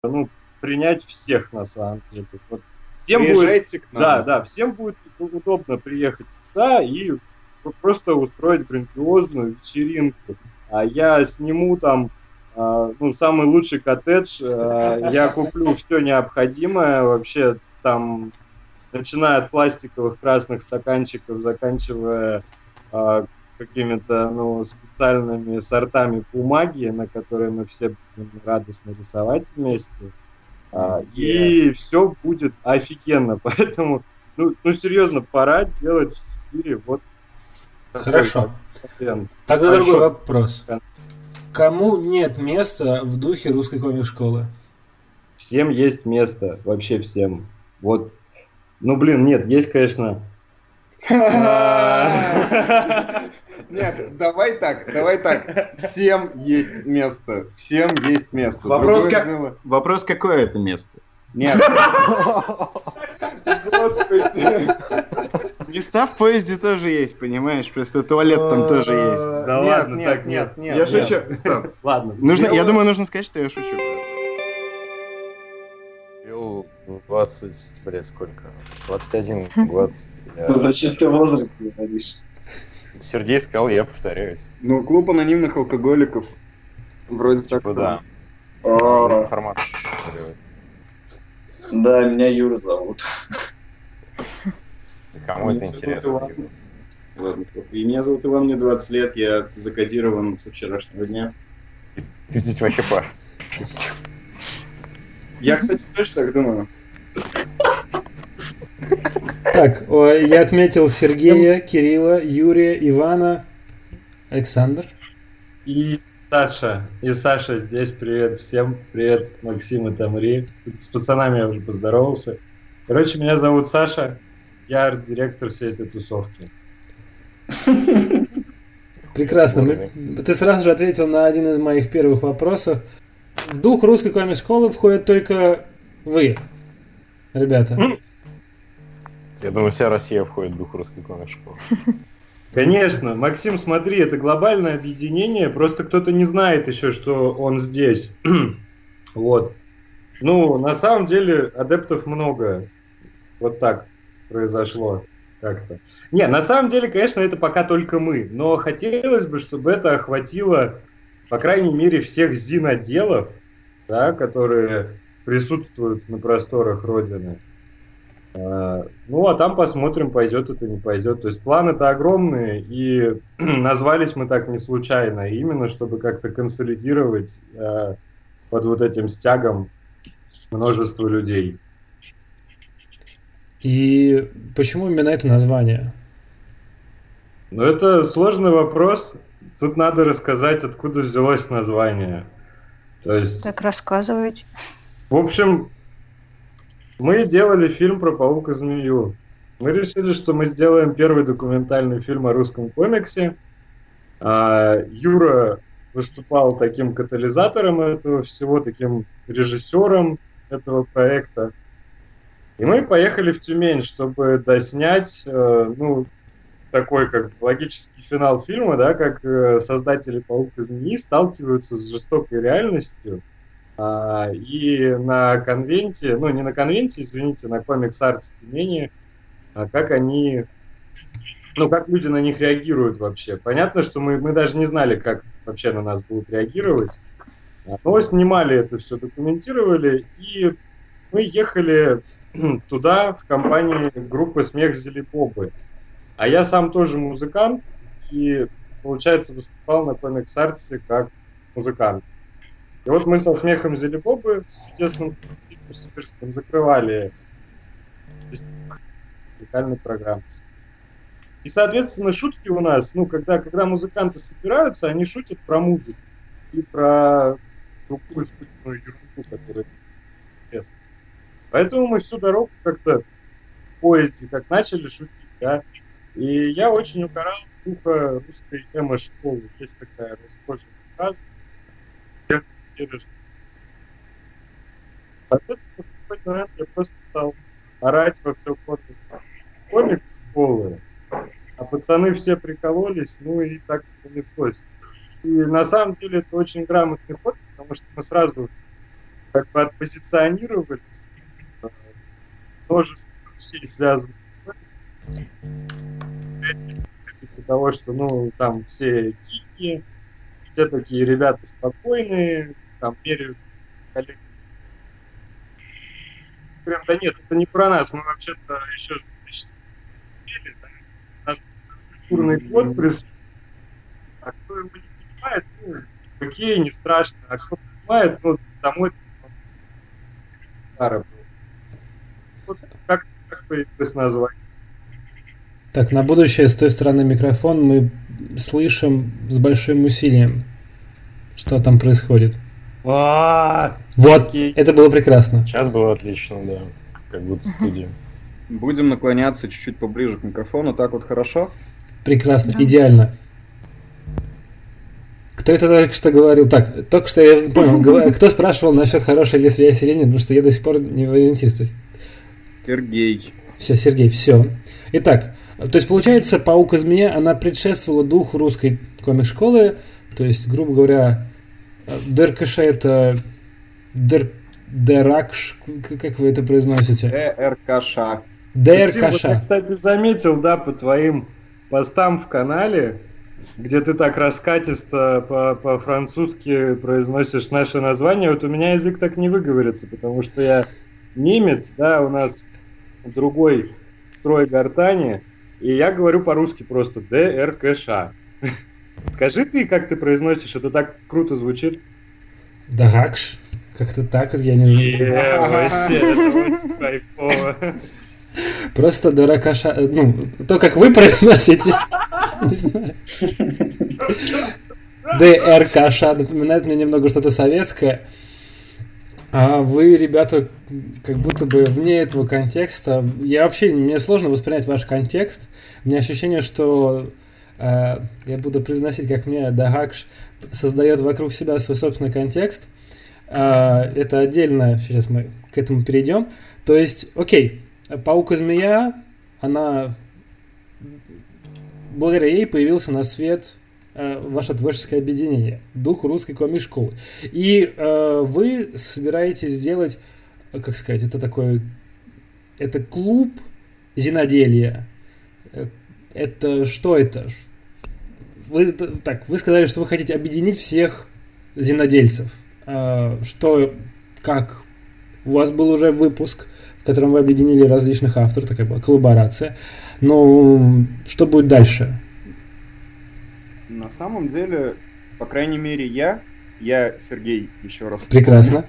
ну, принять всех на самом деле. Вот всем Приезжайте будет, к нам. да, всем будет удобно приехать сюда и просто устроить грандиозную вечеринку. А я сниму там самый лучший коттедж, я куплю все необходимое, вообще там, начиная от пластиковых красных стаканчиков, заканчивая какими-то специальными сортами бумаги, на которые мы все будем радостно рисовать вместе. И все будет офигенно. Поэтому, серьезно, пора делать в Сибири вот Хорошо. такой Тогда другой вопрос. Кому нет места в духе русской комик-школы? Всем есть место, вообще всем. Вот. Нет, есть, конечно. Нет, давай так. Всем есть место. Всем есть место. Вопрос, какое это место? Нет. Господи. Места в поезде тоже есть, понимаешь? Просто туалет там тоже есть. Да ладно, нет. Я шучу. Стоп. Ладно. Я думаю, нужно сказать, что я шучу просто. 21 год. Зачем ты возраст говоришь? Сергей сказал, я повторяюсь. Клуб анонимных алкоголиков. Вроде так. Да. Информация. Да, меня Юра зовут. Кому это интересно? Ладно. И меня зовут Иван, мне 20 лет, я закодирован со вчерашнего дня. Ты здесь вообще пар. Я, кстати, тоже так думаю. Так, я отметил Сергея, Кирилла, Юрия, Ивана, Александр. И Саша. И Саша здесь. Привет всем. Привет, Максим и Тамри. С пацанами я уже поздоровался. Короче, меня зовут Саша. Я арт-директор всей этой тусовки. Прекрасно. Ты сразу же ответил на один из моих первых вопросов. В дух русской комик-школы входят только вы, ребята. Я думаю, вся Россия входит в дух русской комик-школы. Конечно. Максим, смотри, это глобальное объединение. Просто кто-то не знает еще, что он здесь. Вот. На самом деле, адептов много. Вот так произошло как-то. Не, на самом деле, конечно, это пока только мы. Но хотелось бы, чтобы это охватило, по крайней мере, всех зин-отделов, да, которые присутствуют на просторах Родины. А там посмотрим, пойдет это, не пойдет. То есть планы-то огромные, и назвались мы так не случайно, именно чтобы как-то консолидировать под вот этим стягом множество людей. И почему именно это название? Это сложный вопрос. Тут надо рассказать, откуда взялось название. То есть... Так рассказывайте. В общем, мы делали фильм про Паука-змею. Мы решили, что мы сделаем первый документальный фильм о русском комиксе. Юра выступал таким катализатором этого всего, таким режиссером этого проекта. И мы поехали в Тюмень, чтобы доснять, такой как логический финал фильма, да, как создатели «Паука-змеи» сталкиваются с жестокой реальностью. И на конвенте, не на конвенте, извините, на комикс-арте Тюмени, как люди на них реагируют вообще. Понятно, что мы даже не знали, как вообще на нас будут реагировать. Но снимали это все, документировали, и мы ехали туда в компании группы «Смех Зелепопы». А я сам тоже музыкант, и, получается, выступал на комикс-арте как музыкант. И вот мы со «Смехом Зелепопы» с чудесным суперским закрывали музыкальной программы. И, соответственно, шутки у нас, когда музыканты собираются, они шутят про музыку и про другую скучную ерунду, которая интересна. Поэтому мы всю дорогу как-то в поезде как начали шутить, да. И я очень угорал с духа русской эмо-школы. Есть такая расхожая фраза. Соответственно, в какой-то момент я просто стал орать во все корпус комикс школы, а пацаны все прикололись, и так понеслось. И на самом деле это очень грамотный ход, потому что мы сразу как бы отпозиционировались, множество вещей связанных с типа того, что, ну, там все гики, все такие ребята спокойные, там меряются с коллегами. Прям, да нет, это не про нас, мы вообще-то еще с 2007 да, у нас культурный код присутствует, а кто его не понимает, ну, окей, не страшно, а кто понимает, ну, домой старый был. Вот как появилось название? Так, на будущее с той стороны микрофон мы слышим с большим усилием, что там происходит. Вот, окей. это было прекрасно. Сейчас было отлично, да. Как будто в студии. Будем наклоняться чуть-чуть поближе к микрофону. Так вот хорошо? Прекрасно, идеально. Кто это только что говорил? Так, только что я понял, кто спрашивал насчет хорошей ли связи или нет, потому что я до сих пор не ориентируюсь. Сергей. Все, Сергей, все. Итак, то есть получается, «Паук и змея», она предшествовала духу русской комик-школы, то есть, грубо говоря, ДРКШ это Деракш, как вы это произносите? ДРКШ. ДРКШ. Я, кстати, заметил, да, по твоим постам в канале, где ты так раскатисто по-французски произносишь наше название, вот у меня язык так не выговорится, потому что я немец, да, у нас другой строй гортани, и я говорю по-русски просто ДРКШ. Скажи ты, как ты произносишь, это так круто звучит. Дагакш. Как-то так, я не знаю. Вообще, это очень кайфово. Просто Даракаша, ну, то, как вы произносите, не знаю. ДРКШ напоминает мне немного что-то советское. А вы, ребята, как будто бы вне этого контекста. Мне сложно воспринять ваш контекст. У меня ощущение, что я буду произносить, как мне Дагакш создает вокруг себя свой собственный контекст. Это отдельно, сейчас мы к этому перейдем. То есть, окей, «Паук и змея», она, благодаря ей появился на свет ваше творческое объединение, дух русской комик-школы. И вы собираетесь сделать, как сказать, это клуб зиноделья. Это что это? Вы сказали, что вы хотите объединить всех зинодельцев. Как? У вас был уже выпуск, в котором вы объединили различных авторов, такая была коллаборация. Но что будет дальше? На самом деле, по крайней мере, я, Сергей, еще раз. Прекрасно.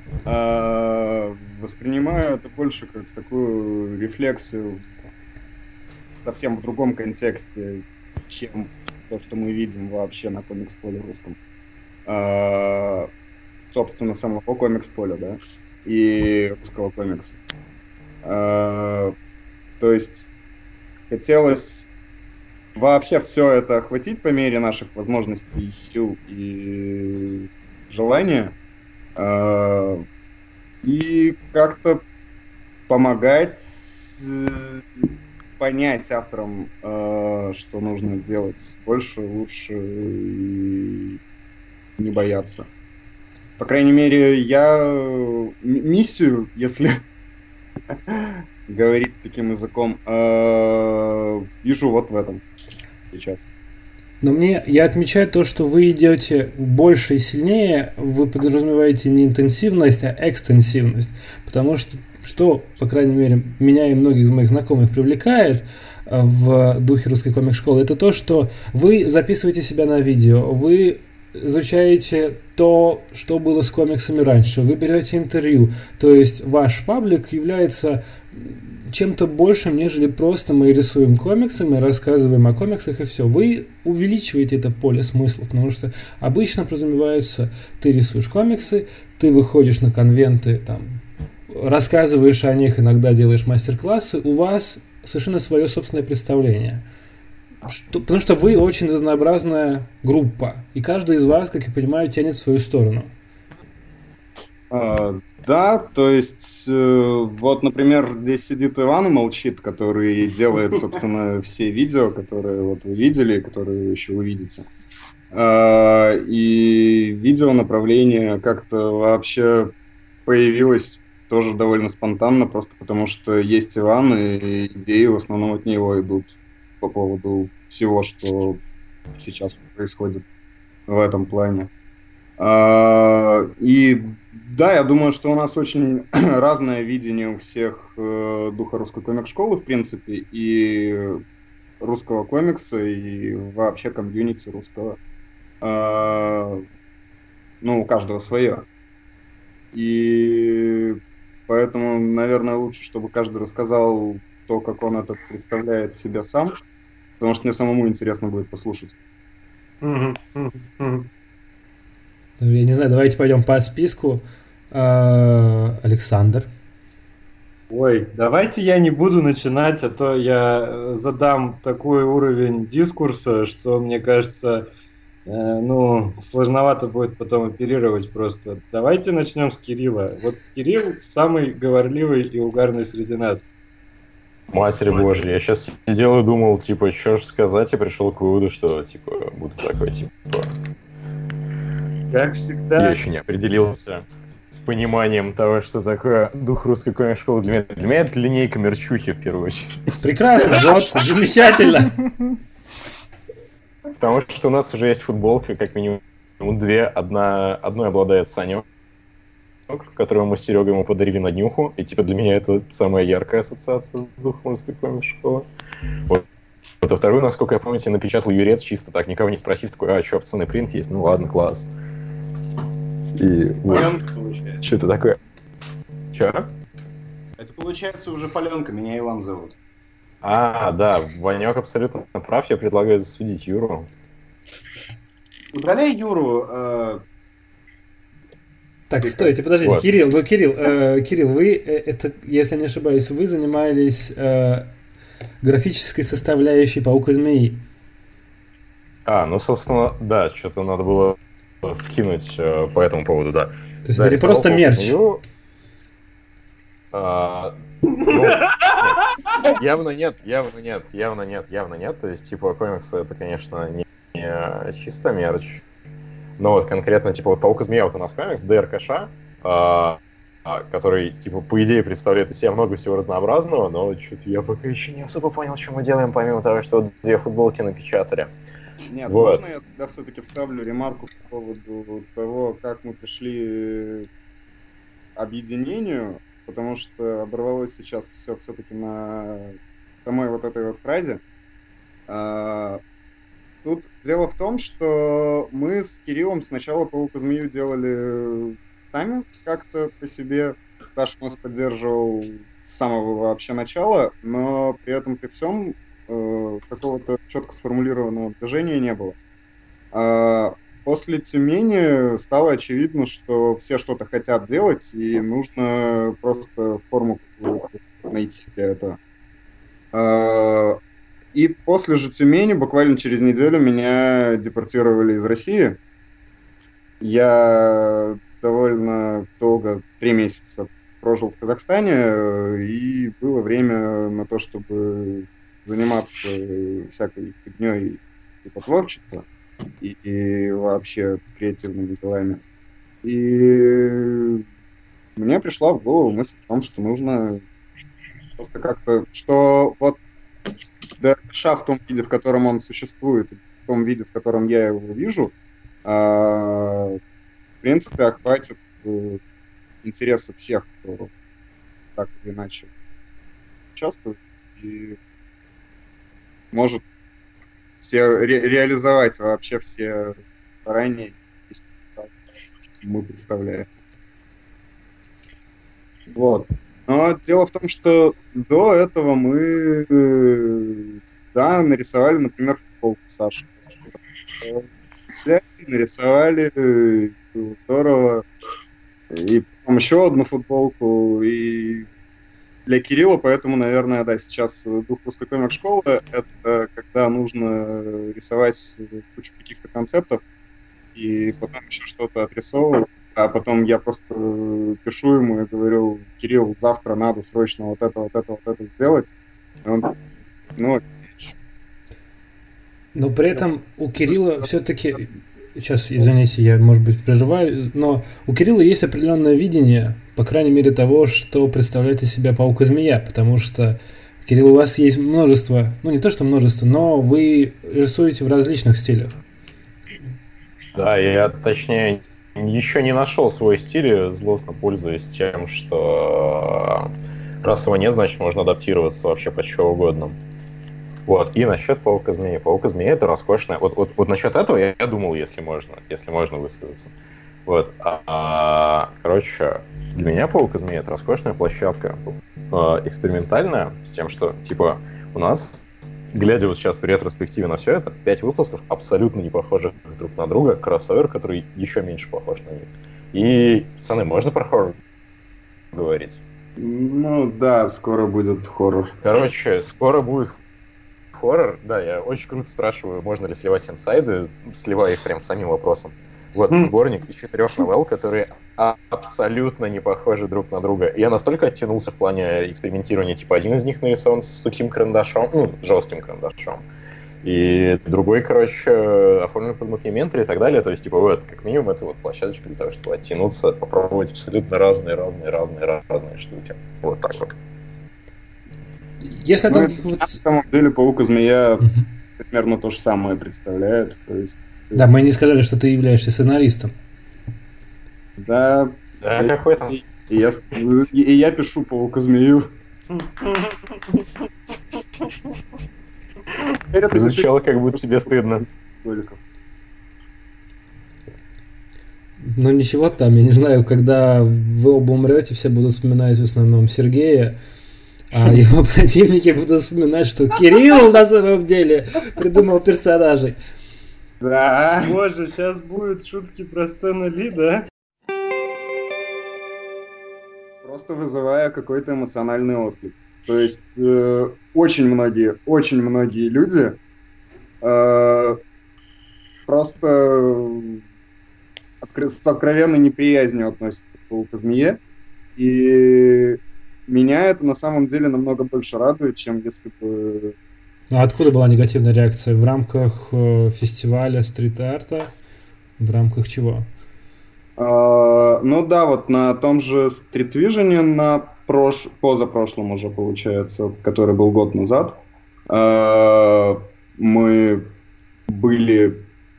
Воспринимаю это больше как такую рефлексию совсем в другом контексте, чем то, что мы видим вообще на комикс-поле русском. Собственно, самого комикс-поля, да, и русского комикса. То есть хотелось вообще все это охватить по мере наших возможностей, сил и желания, и как-то помогать понять авторам, что нужно делать больше, лучше и не бояться. По крайней мере, я миссию, если говорить таким языком, вижу вот в этом сейчас. Но я отмечаю то, что вы идете больше и сильнее, вы подразумеваете не интенсивность, а экстенсивность. Потому что, по крайней мере, меня и многих из моих знакомых привлекает в духе русской комик-школы, это то, что вы записываете себя на видео, вы изучаете то, что было с комиксами раньше, вы берете интервью, то есть ваш паблик является чем-то большим, нежели просто мы рисуем комиксы, мы рассказываем о комиксах и все. Вы увеличиваете это поле смысла, потому что обычно подразумевается, ты рисуешь комиксы, ты выходишь на конвенты, там, рассказываешь о них, иногда делаешь мастер-классы, у вас совершенно свое собственное представление. Потому что вы очень разнообразная группа, и каждый из вас, как я понимаю, тянет в свою сторону. Да, то есть, вот, например, здесь сидит Иван и молчит, который делает, собственно, все видео, которые вот вы видели, которые еще увидите. И видео направление как-то вообще появилась тоже довольно спонтанно, просто потому что есть Иван, и идеи в основном от него идут по поводу всего, что сейчас происходит в этом плане. И да, я думаю, что у нас очень разное видение у всех духа русской комик-школы, в принципе, и русского комикса, и вообще комьюнити русского. Ну, у каждого свое. И поэтому, наверное, лучше, чтобы каждый рассказал то, как он это представляет себя сам, потому что мне самому интересно будет послушать. Я не знаю, давайте пойдем по списку. Александр. Ой, давайте я не буду начинать, а то я задам такой уровень дискурса, что, мне кажется, сложновато будет потом оперировать просто. Давайте начнем с Кирилла. Вот Кирилл самый говорливый и угарный среди нас. Матерь Божья, я сейчас сидел и думал, типа, что же сказать, и пришел к выводу, что, типа, буду такой, типа... Как всегда. Я еще не определился с пониманием того, что такое дух русской комик-школы для меня. Для меня это линейка мерчухи, в первую очередь. Прекрасно, вот, замечательно. Потому что у нас уже есть футболка, как минимум две. Одной обладает Санек, которую мы с Серегой ему подарили на днюху. И типа для меня это самая яркая ассоциация с духом русской комик-школы. Вот. А вторую, насколько я помню, я напечатал Юрец чисто так, никого не спросив, такой, что, пацаны, принт есть? Ну ладно, класс. И Паленка получается. Что-то такое. Че? Это получается уже Паленка, меня Иван зовут. Да, Ванек абсолютно прав, я предлагаю засудить Юру. Удаляй Юру. Так, стойте, подождите, Вот. Кирилл, вы, это, если не ошибаюсь, вы занимались графической составляющей «Паук и змеи». Собственно, да, что-то надо было вкинуть по этому поводу, да. То есть Да, это не просто мерч. Явно нет. То есть, типа, комиксы это, конечно, не чисто мерч. Но вот конкретно, типа, вот «Паук и змея», вот у нас комикс ДРКШ, который, типа, по идее представляет из себя много всего разнообразного, но что-то я пока еще не особо понял, что мы делаем, помимо того, что вот 2 футболки напечатали. Нет, Вот. можно я тогда все-таки вставлю ремарку по поводу того, как мы пришли к объединению, потому что оборвалось сейчас все-таки на самой вот этой вот фразе. Тут дело в том, что мы с Кириллом сначала «Паук и змею» делали сами как-то по себе. Саша нас поддерживал с самого вообще начала, но при этом при всем какого-то четко сформулированного движения не было. После Тюмени стало очевидно, что все что-то хотят делать, и нужно просто форму найти для этого. И после же Тюмени, буквально через неделю, меня депортировали из России. Я довольно долго, 3 месяца, прожил в Казахстане, и было время на то, чтобы заниматься всякой фигней типа творчества и вообще креативными делами. И мне пришла в голову мысль о том, что нужно просто как-то, что вот ДРКШ в том виде, в котором он существует, в том виде, в котором я его вижу, в принципе, охватит интересы всех, кто так или иначе участвует, и может реализовать вообще все старания, мы представляем. Вот. Но дело в том, что до этого мы, нарисовали, например, футболку Саши. Нарисовали, было здорово. И потом еще одну футболку. И для Кирилла, поэтому, наверное, да, сейчас дух русской комик-школы — это когда нужно рисовать кучу каких-то концептов и потом еще что-то отрисовывать. А потом я просто пишу ему и говорю: Кирилл, завтра надо срочно вот это сделать. И он, но при этом у Кирилла все-таки сейчас, извините, я, может быть, прерываю, но у Кирилла есть определенное видение, по крайней мере, того, что представляет из себя паук и змея, потому что, Кирилл, у вас есть множество, ну не то что множество, но вы рисуете в различных стилях. Да, я, точнее, еще не нашел свой стиль, злостно пользуясь тем, что раз его нет, значит, можно адаптироваться вообще под что угодно. Вот, и насчет паука-змеи. Паука-змея — это роскошная... Вот насчет этого я думал, если можно высказаться. Вот, короче, для меня паука-змея — это роскошная площадка, экспериментальная, с тем, что, типа, у нас, глядя вот сейчас в ретроспективе на все это, 5 выпусков абсолютно не похожих друг на друга, кроссовер, который еще меньше похож на них. И, пацаны, можно про хоррор говорить? Ну да, скоро будет хоррор. Короче, скоро будет хоррор. Да, я очень круто спрашиваю, можно ли сливать инсайды, сливаю их прям самим вопросом. Вот сборник из 4 новелл, которые абсолютно не похожи друг на друга. Я настолько оттянулся в плане экспериментирования, типа один из них нарисован с сухим карандашом, ну, жестким карандашом, и другой, короче, оформлен под мокюментари и так далее. То есть, типа, вот, как минимум, это вот площадочка для того, чтобы оттянуться, попробовать абсолютно разные штуки. Вот так вот. Если на самом деле паук и змея примерно то же самое представляет. То есть, да, мы не сказали, что ты являешься сценаристом. Да, какой там? И я пишу паука змею. Звучало, как будто тебе стыдно. Ну ничего там, я не знаю, когда вы оба умрете, все будут вспоминать в основном Сергея, а его противники будут вспоминать, что Кирилл на самом деле придумал персонажей. Да. Боже, сейчас будут шутки про Стэна Ли, да? Просто вызывая какой-то эмоциональный отклик. То есть очень многие люди просто с откровенной неприязнью относятся к пауку-змее. И меня это на самом деле намного больше радует, чем если бы... А откуда была негативная реакция? В рамках фестиваля стрит-арта? В рамках чего? Ну да, вот на том же Street Vision, на позапрошлом уже, получается, который был год назад, мы были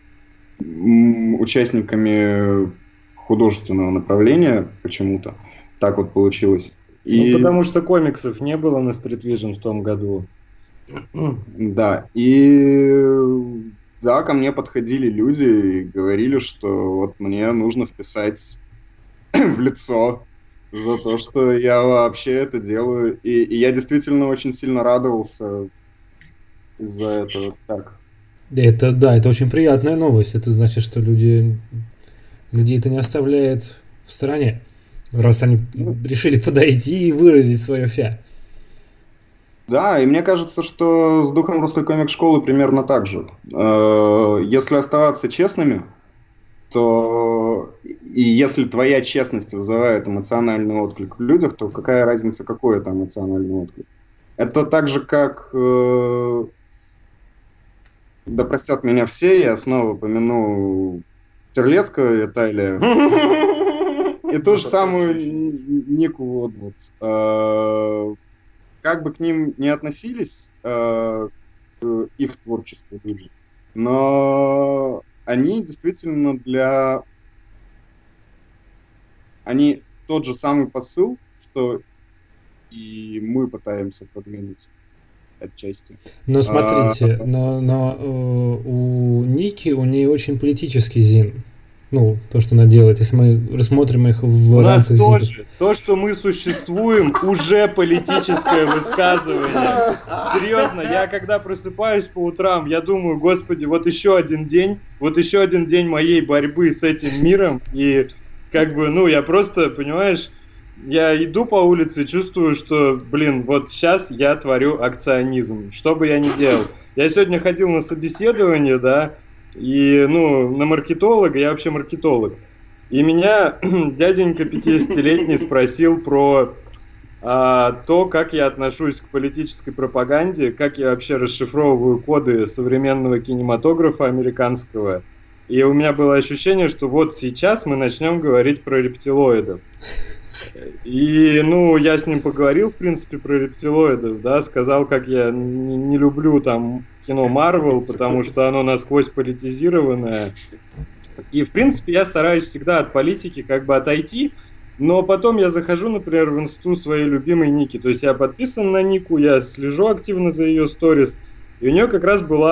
участниками художественного направления почему-то. Так вот получилось. Ну, потому что комиксов не было на Street Vision в том году. Да, и да, ко мне подходили люди и говорили, что вот мне нужно вписать в лицо за то, что я вообще это делаю. И я действительно очень сильно радовался из-за этого. Так. Это очень приятная новость. Это значит, что людей это не оставляет в стороне, раз они решили подойти и выразить свое фя. Да, и мне кажется, что с духом русской комик-школы примерно так же. Если оставаться честными, то и если твоя честность вызывает эмоциональный отклик в людях, то какая разница, какой это эмоциональный отклик? Это так же, как... Да простят меня все, я снова помяну Терлецкого Виталия. И ту же самую Нику Водвуд. Как бы к ним не относились, к их творчеству люди, но они действительно они тот же самый посыл, что и мы пытаемся продвинуть отчасти. Но смотрите, но у Ники, у нее очень политический зин. Ну, то, что она делает, если мы рассмотрим их в рамках... У нас тоже. То, что мы существуем, уже политическое высказывание. Серьезно, я когда просыпаюсь по утрам, я думаю, господи, вот еще один день моей борьбы с этим миром, и как бы, я просто, понимаешь, я иду по улице и чувствую, что, вот сейчас я творю акционизм, что бы я ни делал. Я сегодня ходил на собеседование, да, и, на маркетолога, я вообще маркетолог, и меня дяденька 50-летний спросил про то, как я отношусь к политической пропаганде, как я вообще расшифровываю коды современного кинематографа американского, И у меня было ощущение, что вот сейчас мы начнем говорить про рептилоидов. И, ну, я с ним поговорил, в принципе, про рептилоидов, да, сказал, как я не люблю там кино Марвел, потому что оно насквозь политизированное. И, в принципе, я стараюсь всегда от политики как бы отойти, но потом я захожу, например, в инсту своей любимой Ники, то есть я подписан на Нику, я слежу активно за ее сторис, и у нее как раз был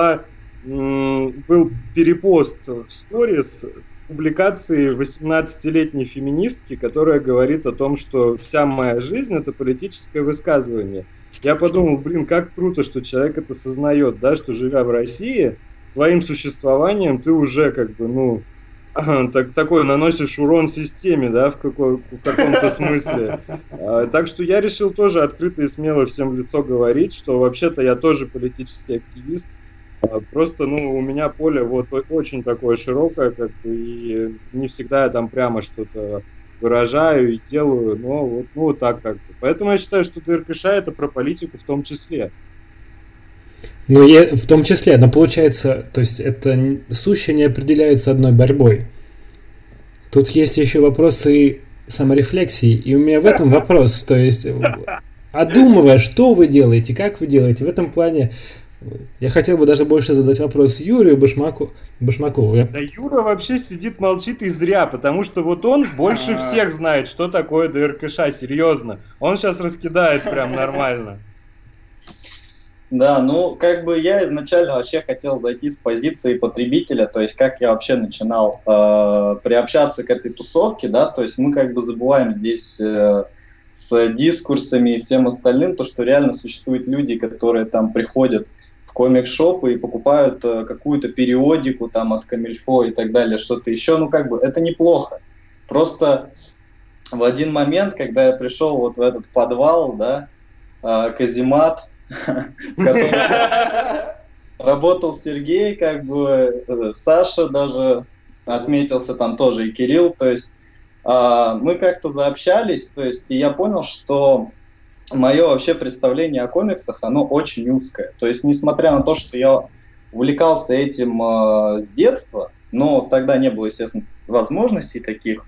перепост в сторис публикации 18-летней феминистки, которая говорит о том, что вся моя жизнь — это политическое высказывание. Я подумал, блин, как круто, что человек это сознает, да, что, живя в России, своим существованием ты уже как бы, ну, такой наносишь урон системе, да, в каком-то смысле. Так что я решил тоже открыто и смело всем в лицо говорить, что вообще-то я тоже политический активист. Просто, ну, у меня поле вот очень такое широкое, как бы, и не всегда я там прямо что-то выражаю и делаю, но вот, ну, вот так как бы. Поэтому я считаю, что ДРКШ это про политику в том числе. Ну, в том числе, но получается, то есть это сущее не определяется одной борьбой. Тут есть еще вопросы саморефлексии, и у меня в этом вопрос, то есть, одумывая, что вы делаете, как вы делаете, в этом плане я хотел бы даже больше задать вопрос Юрию Башмакову. Да Юра вообще сидит, молчит и зря, потому что вот он больше всех знает, что такое ДРКШ, серьезно. Он сейчас раскидает прям нормально. Да, ну, как бы я изначально вообще хотел зайти с позиции потребителя, то есть как я вообще начинал приобщаться к этой тусовке, да, то есть мы как бы забываем здесь с дискурсами и всем остальным, то, что реально существуют люди, которые там приходят в комик-шопы и покупают какую-то периодику там от Камильфо и так далее, что-то еще, ну, как бы это неплохо. Просто в один момент, когда я пришел вот в этот подвал, да, каземат, в котором работал Сергей, как бы Саша даже отметился там тоже, и Кирилл, то есть мы как-то заобщались, то есть и я понял, что мое вообще представление о комиксах, оно очень узкое, то есть несмотря на то, что я увлекался этим с детства, но тогда не было, естественно, возможностей таких,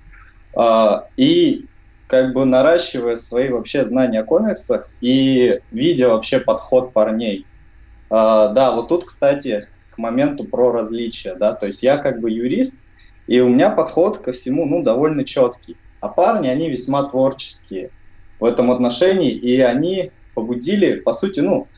и как бы наращивая свои вообще знания о комиксах и видя вообще подход парней. Да, вот тут, кстати, к моменту про различия, да, то есть я как бы юрист, и у меня подход ко всему, ну, довольно четкий. А парни, они весьма творческие в этом отношении, и они побудили, по сути, ну,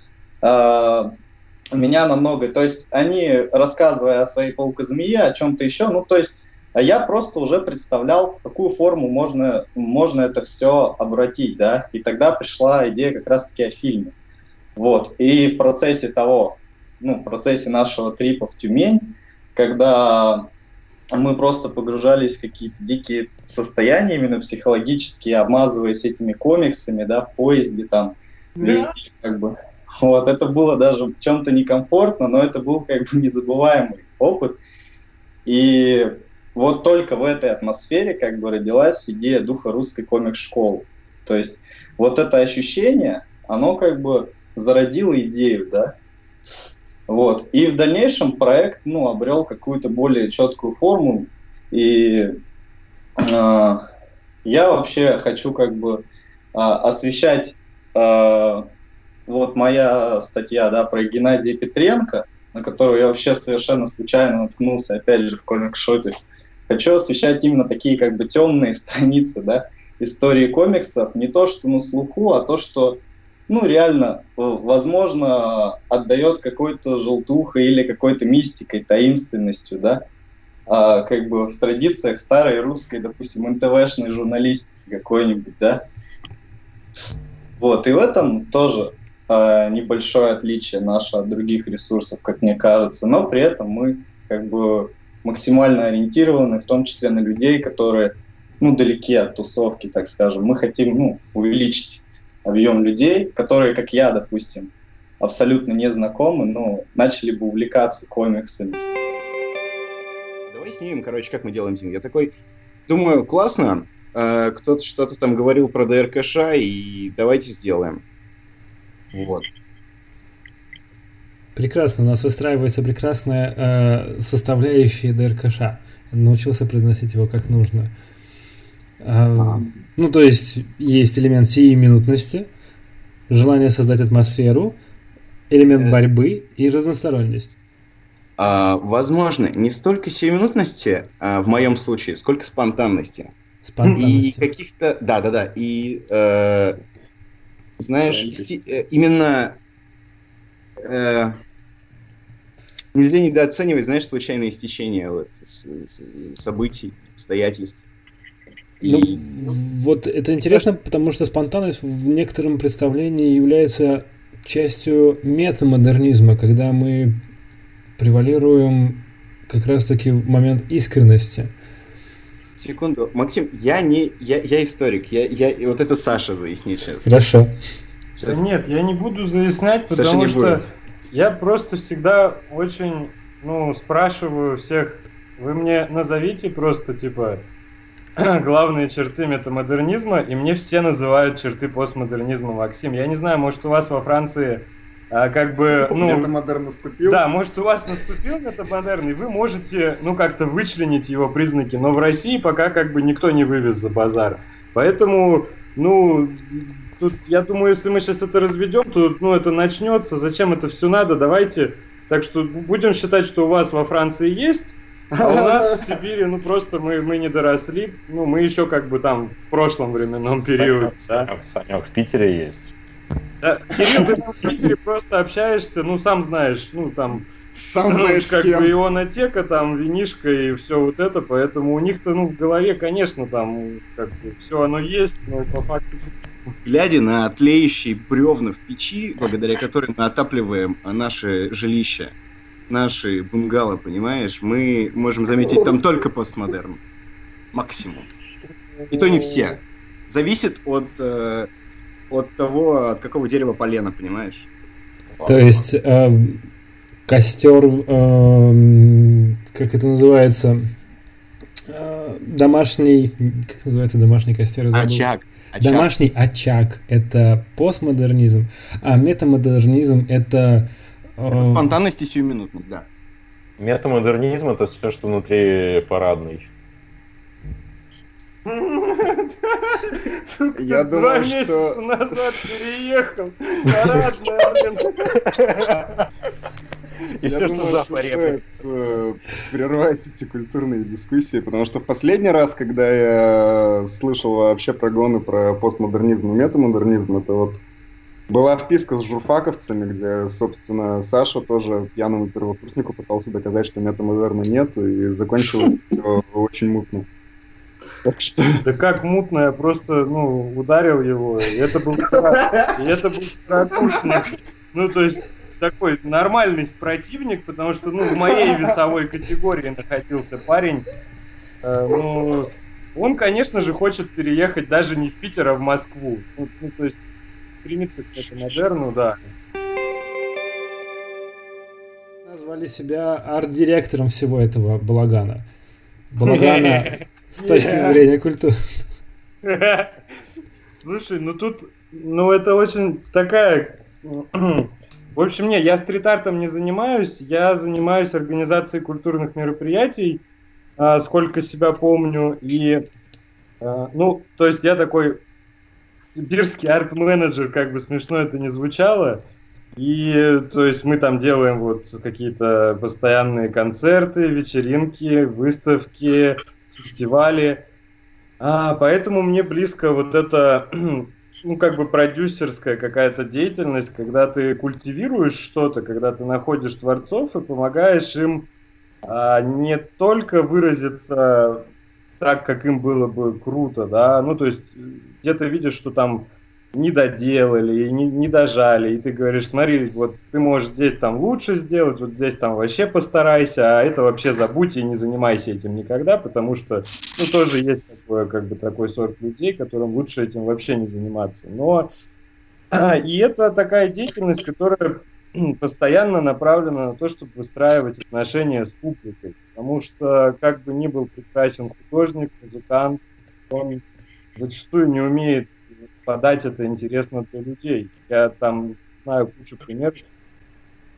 меня намного, то есть они, рассказывая о своей паукозмее, о чем-то еще, ну, то есть я просто уже представлял, в какую форму можно это все обратить, да, и тогда пришла идея как раз-таки о фильме. Вот, и в процессе в процессе нашего трипа в Тюмень, когда мы просто погружались в какие-то дикие состояния, именно психологические, обмазываясь этими комиксами, да, в поезде там, везде, как бы. Вот, это было даже в чем-то некомфортно, но это был как бы незабываемый опыт. И вот только в этой атмосфере как бы родилась идея духа русской комикс-школы. То есть вот это ощущение, оно как бы зародило идею, да. Вот. И в дальнейшем проект, ну, обрел какую-то более четкую форму. И я вообще хочу как бы освещать вот моя статья, да, про Геннадия Петренко, на которую я вообще совершенно случайно наткнулся, опять же, в комик-шопе. Хочу освещать именно такие как бы темные страницы, да, истории комиксов, не то, что на слуху, а то, что, ну, реально, возможно, отдает какой-то желтухой или какой-то мистикой, таинственностью, да, как бы в традициях старой русской, допустим, НТВшной журналистики какой-нибудь, да. Вот, и в этом тоже небольшое отличие наше от других ресурсов, как мне кажется, но при этом мы как бы максимально ориентированы, в том числе на людей, которые, ну, далеки от тусовки, так скажем. Мы хотим, ну, увеличить объем людей, которые, как я, допустим, абсолютно не знакомы, но начали бы увлекаться комиксами. Давай снимем, короче, как мы делаем зиму. Я такой, думаю, классно, кто-то что-то там говорил про ДРКШ, и давайте сделаем. Вот. Прекрасно, у нас выстраивается прекрасная составляющая ДРКШ. Научился произносить его как нужно. Ну, то есть элемент сиюминутности, желание создать атмосферу, элемент борьбы и разносторонность. Возможно, не столько сиюминутности, в моем случае, сколько спонтанности. И каких-то... Да. И, знаешь, именно... Нельзя недооценивать, знаешь, случайные стечения событий, обстоятельств. Вот это интересно, потому что спонтанность в некотором представлении является частью метамодернизма, когда мы превалируем как раз-таки в момент искренности. Секунду, Максим, я историк, вот это Саша заяснит сейчас. Хорошо. Сейчас. Нет, я не буду заяснять, потому что я просто всегда очень, спрашиваю всех, вы мне назовите просто, главные черты метамодернизма, и мне все называют черты постмодернизма, Максим. Я не знаю, может, у вас во Франции метамодерн наступил? Да, может, у вас наступил метамодерн, и вы можете, как-то вычленить его признаки, но в России пока никто не вывез за базар. Поэтому, тут, я думаю, если мы сейчас это разведем, то, это начнется. Зачем это все надо? Давайте, так что будем считать, что у вас во Франции есть, а у нас в Сибири, просто мы не доросли, мы еще там в прошлом временном периоде. Санек, в Питере есть. Да, Кирилл, ты в Питере просто общаешься, сам знаешь, Сам знаешь, ионотека, винишка и все вот это, поэтому у них-то, в голове, конечно, все оно есть, но по факту... Глядя на тлеющие бревна в печи, благодаря которым мы отапливаем наше жилище, наши бунгало, понимаешь, мы можем заметить там только постмодерн. Максимум. И то не все. Зависит от того, от какого дерева полено, понимаешь? То есть костер, как это называется, домашний, как называется домашний костер? Очаг. Домашний очаг – это постмодернизм, а метамодернизм – это спонтанность и сиюминутность, да. Метамодернизм – это все, что внутри парадной. Я думаю, что... 2 месяца назад переехал. Парадная, И все, что за порядок. Прервать эти культурные дискуссии, потому что в последний раз, когда я слышал вообще прогоны про постмодернизм и метамодернизм, это была вписка с журфаковцами, где, собственно, Саша тоже пьяному первокурснику пытался доказать, что метамодерна нет, и закончил все очень мутно. Так что... Да как мутно, я просто, ударил его, и это был второкурсник. То есть, такой нормальный противник, потому что, в моей весовой категории находился парень. Он, конечно же, хочет переехать даже не в Питер, а в Москву. То есть, стремится к метамодерну, да. Назвали себя арт-директором всего этого балагана. Балагана с точки зрения культуры. Слушай, тут, это очень такая... В общем, я стрит-артом не занимаюсь, я занимаюсь организацией культурных мероприятий, сколько себя помню, и, то есть я такой сибирский арт-менеджер, как бы смешно это ни звучало, и, то есть мы там делаем какие-то постоянные концерты, вечеринки, выставки, фестивали, поэтому мне близко это... продюсерская какая-то деятельность, когда ты культивируешь что-то, когда ты находишь творцов и помогаешь им не только выразиться так, как им было бы круто, да, то есть где-то видишь, что там не доделали, не дожали, и ты говоришь, смотри, ты можешь здесь лучше сделать, здесь вообще постарайся, а это вообще забудь и не занимайся этим никогда, потому что, тоже есть такой сорт людей, которым лучше этим вообще не заниматься. Но и это такая деятельность, которая постоянно направлена на то, чтобы выстраивать отношения с публикой, потому что, как бы ни был прекрасен художник, музыкант, он зачастую не умеет подать это интересно для людей. Я знаю кучу примеров.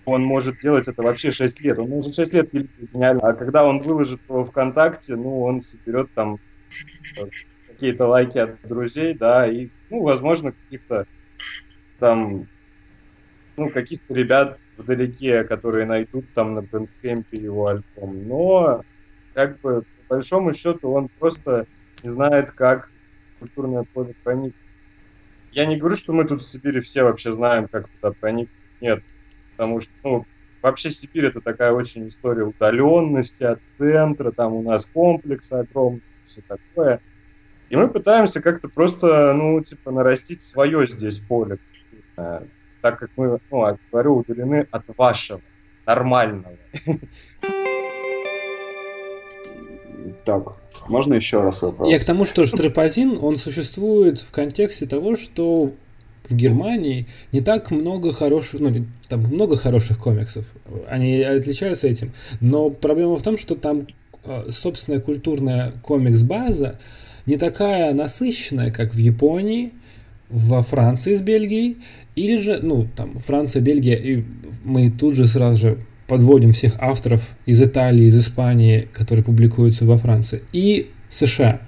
он может делать это вообще 6 лет. Он может 6 лет пилить гениально. А когда он выложит его ВКонтакте, ну, он соберет там какие-то лайки от друзей, да, и, ну, возможно, каких-то там, ну, каких-то ребят вдалеке, которые найдут там на бэндкэмпе его альбом. Но, как бы, по большому счету, он просто не знает, как культурное поле проникнуть. Я не говорю, что мы тут в Сибири все вообще знаем, как туда проникнуть. Нет. Потому что, ну, вообще Сибирь это такая очень история удаленности от центра, там у нас комплексы огромные, все такое. И мы пытаемся как-то просто, ну, типа, нарастить свое здесь поле, так как мы, ну, говорю, удалены от вашего, нормального. Так, можно еще раз вопрос? Я к тому, что стропозин, он существует в контексте того, что в Германии не так много хороших, ну, там много хороших комиксов, они отличаются этим, но проблема в том, что там собственная культурная комикс-база не такая насыщенная, как в Японии, во Франции с Бельгией, или же, ну, там, Франция, Бельгия, и мы тут же сразу же подводим всех авторов из Италии, из Испании, которые публикуются во Франции, и США.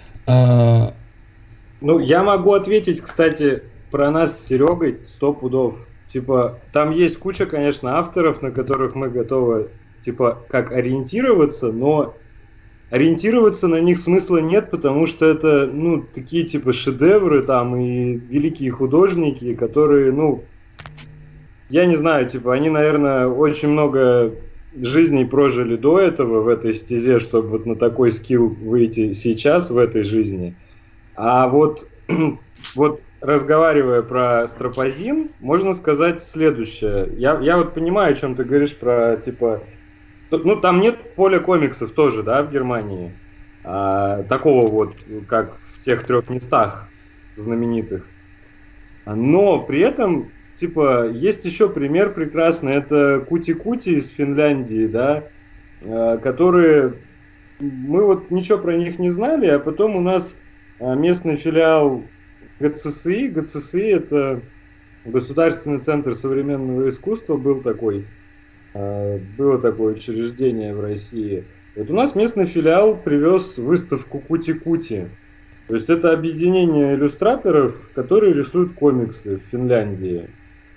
Ну, я могу ответить, кстати, про нас с Серегой 100 пудов. Типа, там есть куча, конечно, авторов, на которых мы готовы, типа, как ориентироваться, но ориентироваться на них смысла нет, потому что это, ну, такие, типа, шедевры там и великие художники, которые, ну, я не знаю, типа, они, наверное, очень много жизней прожили до этого в этой стезе, чтобы вот на такой скилл выйти сейчас в этой жизни. А вот, вот разговаривая про стропозин, можно сказать следующее. Я вот понимаю, о чем ты говоришь про, типа, ну, там нет поля комиксов тоже, да, в Германии, такого вот, как в тех 3 местах знаменитых. Но при этом, типа, есть еще пример прекрасный, это Кути-Кути из Финляндии, да, которые, мы вот ничего про них не знали, а потом у нас местный филиал ГЦСИ. ГЦСИ — это Государственный центр современного искусства, было такое учреждение в России. Вот у нас местный филиал привез выставку Кути-Кути. То есть это объединение иллюстраторов, которые рисуют комиксы в Финляндии.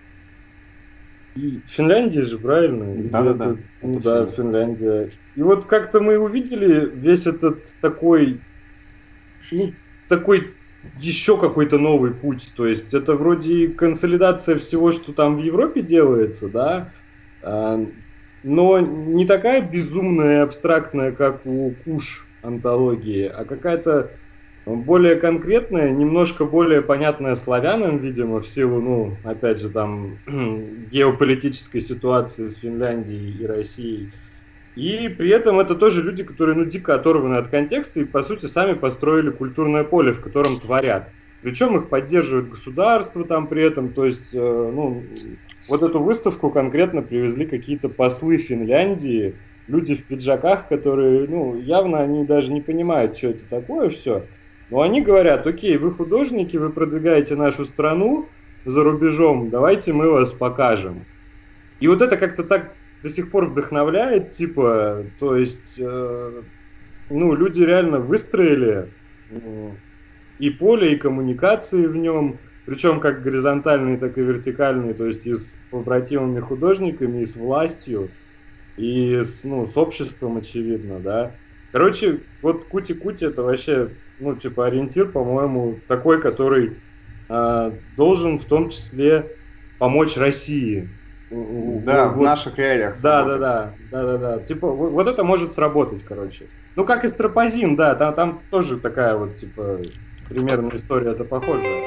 И Финляндия же, правильно? Да-да-да. Ну да, Финляндия. И вот как-то мы увидели весь этот такой, ну, такой еще какой-то новый путь. То есть это вроде консолидация всего, что там в Европе делается, да, но не такая безумная и абстрактная, как у Куш антологии, а какая-то более конкретная, немножко более понятная славянам, видимо, в силу, ну, опять же, там, геополитической ситуации с Финляндией и Россией. И при этом это тоже люди, которые, ну, дико оторваны от контекста и, по сути, сами построили культурное поле, в котором творят. Причем их поддерживает государство там при этом, то есть, ну, вот эту выставку конкретно привезли какие-то послы Финляндии, люди в пиджаках, которые, ну, явно они даже не понимают, что это такое все. Но они говорят: окей, вы художники, вы продвигаете нашу страну за рубежом, давайте мы вас покажем. И вот это как-то так до сих пор вдохновляет, типа, то есть, ну, люди реально выстроили и поле, и коммуникации в нем, причем как горизонтальные, так и вертикальные, то есть и с побратимыми художниками, и с властью, и с, ну, с обществом, очевидно, да. Короче, вот Кути-Кути это вообще, ну, типа, ориентир, по-моему, такой, который должен в том числе помочь России. Да, вот, в наших реалиях. Да. Типа, вот это может сработать, короче. Ну, как и стропозин, да, там тоже такая вот, типа, примерно история-то похожая.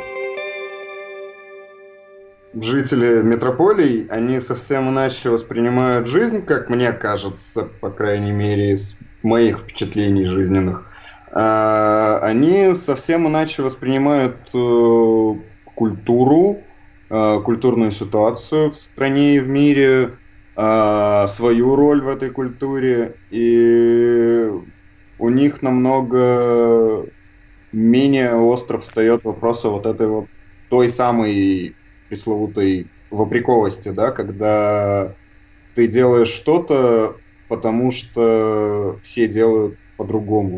Жители метрополий, они совсем иначе воспринимают жизнь, как мне кажется, по крайней мере, из моих впечатлений жизненных. Они совсем иначе воспринимают культуру, культурную ситуацию в стране и в мире, свою роль в этой культуре, и у них намного менее остро встает вопрос вот этой вот той самой пресловутой вопрековости, да, когда ты делаешь что-то, потому что все делают по-другому.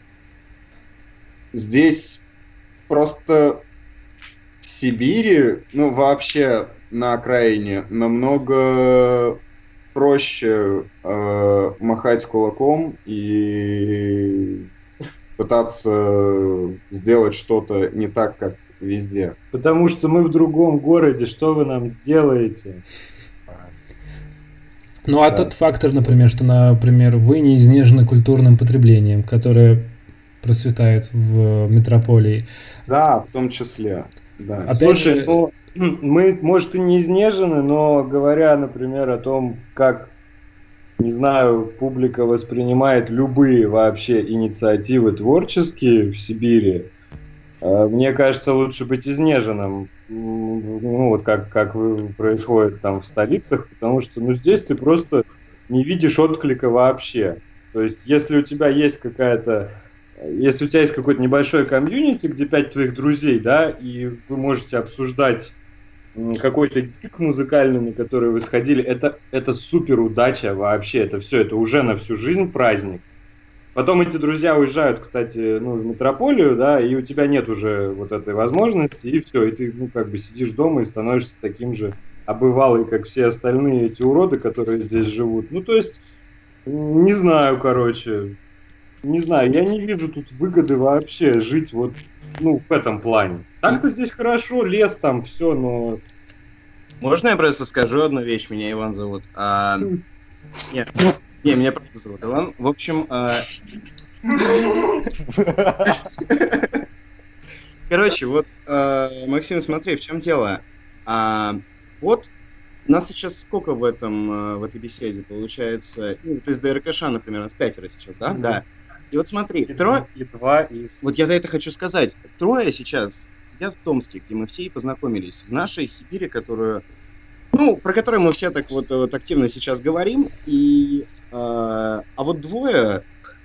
Здесь просто в Сибири, ну вообще на окраине, намного проще махать кулаком и пытаться сделать что-то не так, как везде. Потому что мы в другом городе, что вы нам сделаете? Ну, а тот фактор, например, что, например, вы не изнежены культурным потреблением, которое процветает в метрополии. Да, в том числе. Да. Опять Слушай, же, ну, мы, может, и не изнежены, но говоря, например, о том, как, не знаю, публика воспринимает любые вообще инициативы творческие в Сибири, мне кажется, лучше быть изнеженным, ну, вот как происходит там в столицах, потому что, ну, здесь ты просто не видишь отклика вообще. То есть, если у тебя есть какая-то, если у тебя есть какой-то небольшой комьюнити, где 5 твоих друзей, да, и вы можете обсуждать какой-то гик музыкальный, на который вы сходили, это супер удача вообще, это все, это уже на всю жизнь праздник. Потом эти друзья уезжают, кстати, ну, в метрополию, да, и у тебя нет уже вот этой возможности, и все, и ты, ну, как бы сидишь дома и становишься таким же обывалой, как все остальные эти уроды, которые здесь живут. Ну, то есть, не знаю, короче, не знаю, я не вижу тут выгоды вообще жить вот, ну, в этом плане. Так-то здесь хорошо, лес там, все, но... Можно я просто скажу одну вещь? Меня Иван зовут. Нет. Не, меня правда зовут Иван. В общем, короче, вот, Максим, смотри, в чем дело. Вот, у нас сейчас сколько в этой беседе получается? Ну, то есть до РКШ, например, у нас 5 сейчас, да? Mm-hmm. Да. И вот смотри, и два из... Вот я это хочу сказать. 3 сейчас сидят в Томске, где мы все и познакомились. В нашей Сибири, которую... Ну, про которую мы все так вот активно сейчас говорим, и... А вот 2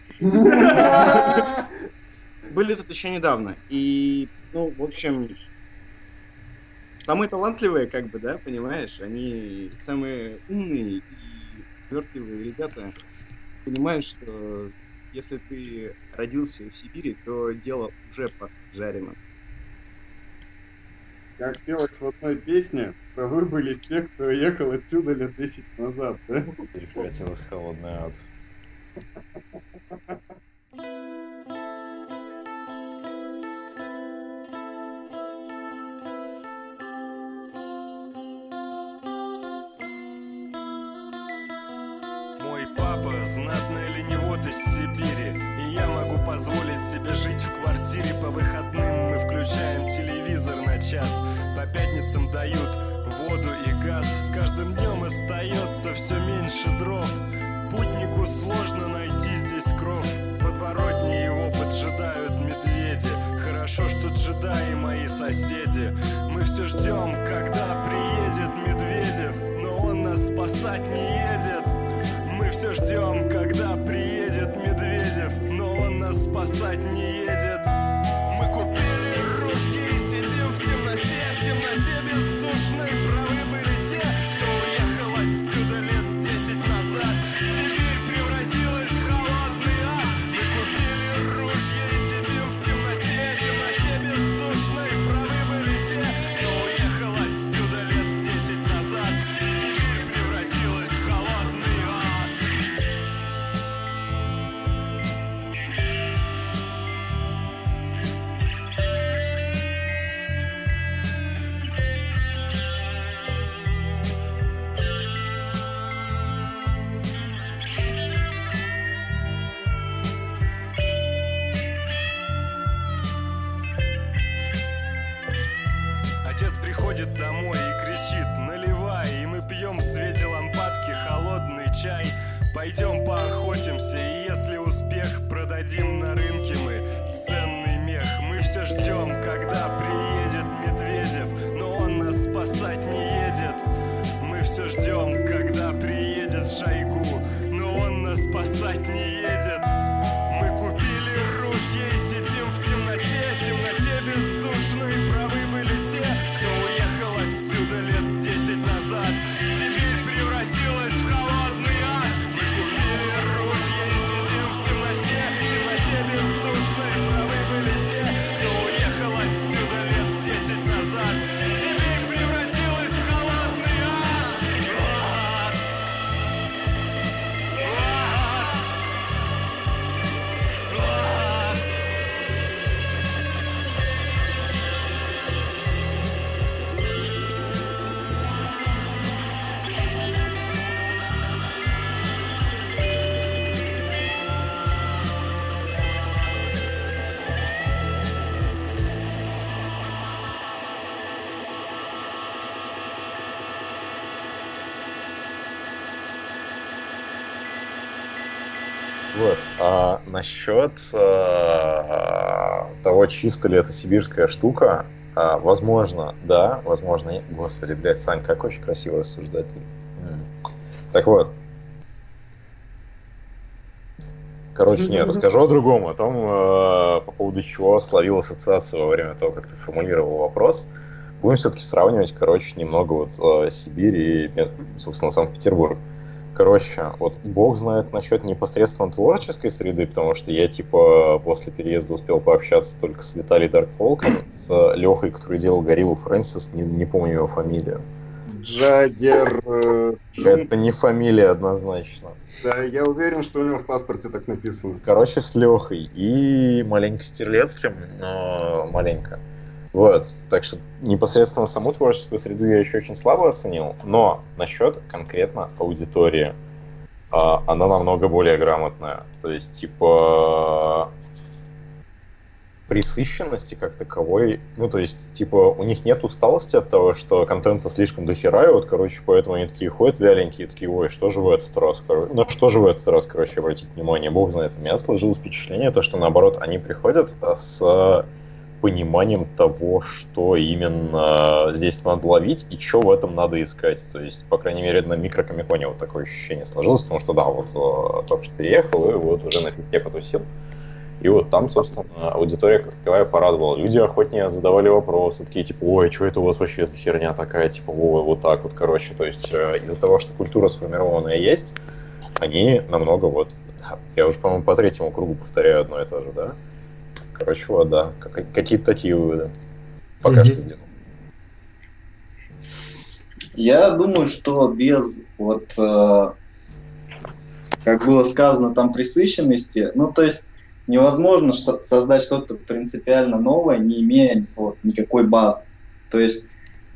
были тут еще недавно. И, ну, в общем, самые талантливые, как бы, да, понимаешь, они самые умные и вертливые ребята. Понимаешь, что если ты родился в Сибири, то дело уже поджарено. Как пелось в одной песне, что вы были те, кто ехал отсюда лет 10 назад, да? Прекратилась холодный ад. Мой папа знатный ленивод из Сибири, и я могу позволить себе жить в квартире. По выходным мы включаем телевизор на час, по пятницам дают воду и газ. С каждым днем остается все меньше дров. Путнику сложно найти здесь кров. Подворотне его поджидают медведи. Хорошо, что джедаи мои соседи. Мы все ждем, когда приедет Медведев, но он нас спасать не едет. Мы все ждем, когда приедет Медведев, но он нас спасать не едет. Мы купили ружья и сидим в темноте бездушной. Правы были те, кто уехал отсюда лет 10 назад. Сибирь превратилась в холодный ад. Мы купили ружья и сидим в темноте бездушной. Правы были те, кто уехал отсюда лет 10 назад. Сибирь превратилась в холодный ад. Отец приходит домой и кричит: наливай. И мы пьем в свете лампадки холодный чай. Пойдем поохотимся, и если успех, продадим на рынке мы ценный мех. Мы все ждем, когда приедет Медведев, но он нас спасать не едет. Мы все ждем, когда приедет Шойгу, но он нас спасать не едет. Мы купили ружья и сидим в темноте бездушной. Правы были те, кто уехал отсюда лет 10 назад. Сибирь превратилась в Вот. А насчет того, чисто ли это сибирская штука, возможно, да, возможно. Господи, блядь, Сань, как очень красиво рассуждать. Так вот. Короче, нет, расскажу о другом, о том, по поводу чего словил ассоциацию во время того, как ты формулировал вопрос. Будем все-таки сравнивать, короче, немного вот Сибирь и, собственно, Санкт-Петербург. Короче, вот бог знает насчет непосредственно творческой среды, потому что я, типа, после переезда успел пообщаться только с Виталий Даркфолком, с Лехой, который делал Гориллу Фрэнсис, не помню его фамилию. Джаггер... Это не фамилия однозначно. Да, я уверен, что у него в паспорте так написано. Короче, с Лехой и маленько Стерлецким, но маленько. Вот, так что непосредственно саму творческую среду я еще очень слабо оценил, но насчет конкретно аудитории, она намного более грамотная. То есть, типа, пресыщенности как таковой, ну, то есть, типа, у них нет усталости от того, что контента слишком дохера, и вот, короче, поэтому они такие ходят вяленькие, такие, ой, что же в этот раз, короче, обратите внимание, бог знает, у меня сложилось впечатление, то, что, наоборот, они приходят с пониманием того, что именно здесь надо ловить и что в этом надо искать. То есть, по крайней мере, на микрокомиконе вот такое ощущение сложилось, потому что, да, вот только что переехал и вот уже на фигне потусил. И вот там, собственно, аудитория как таковая порадовала. Люди охотнее задавали вопросы, такие, типа, ой, что это у вас вообще за херня такая, типа, ой, вот так вот, короче. То есть, из-за того, что культура сформированная есть, они намного вот... Я уже, по-моему, по третьему кругу повторяю одно и то же, да? Короче, вот, да. Какие-то такие выводы. Пока что сделал. Я думаю, что без, вот, как было сказано, там пресыщенности, ну, то есть невозможно создать что-то принципиально новое, не имея вот, никакой базы. То есть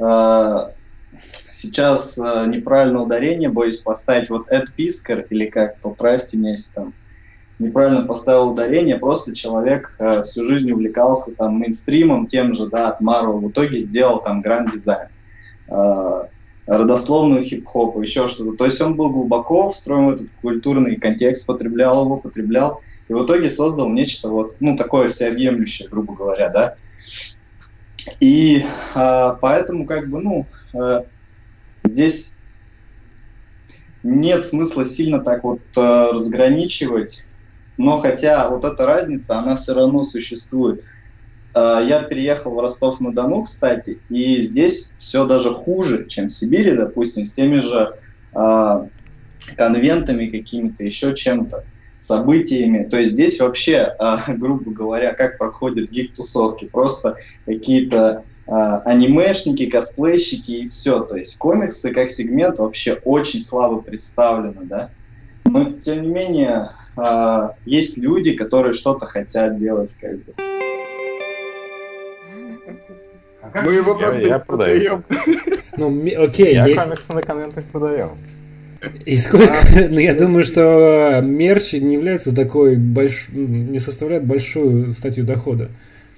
сейчас неправильное ударение, боюсь поставить, вот Эд Пискар, или как, поправьте меня, если там неправильно поставил ударение, просто человек всю жизнь увлекался там мейнстримом, тем же, да, от Marvel, в итоге сделал там гранд-дизайн, родословную хип-хопа, еще что-то. То есть он был глубоко встроен в этот культурный контекст, потреблял, и в итоге создал нечто вот, ну, такое всеобъемлющее, грубо говоря, да. И поэтому, как бы, ну, здесь нет смысла сильно так вот разграничивать. Но хотя вот эта разница, она все равно существует. Я переехал в Ростов-на-Дону, кстати, и здесь все даже хуже, чем в Сибири, допустим, с теми же конвентами какими-то, еще чем-то, событиями. То есть здесь вообще, грубо говоря, как проходят гик-тусовки, просто какие-то анимешники, косплейщики и все. То есть комиксы как сегмент вообще очень слабо представлены, да. Но тем не менее есть люди, которые что-то хотят делать, как бы. Мы его просто не продаем. Ну, окей, я есть... комиксы на конвентах продаю. И сколько... Ну, я думаю, что мерч не является такой не составляет большую статью дохода.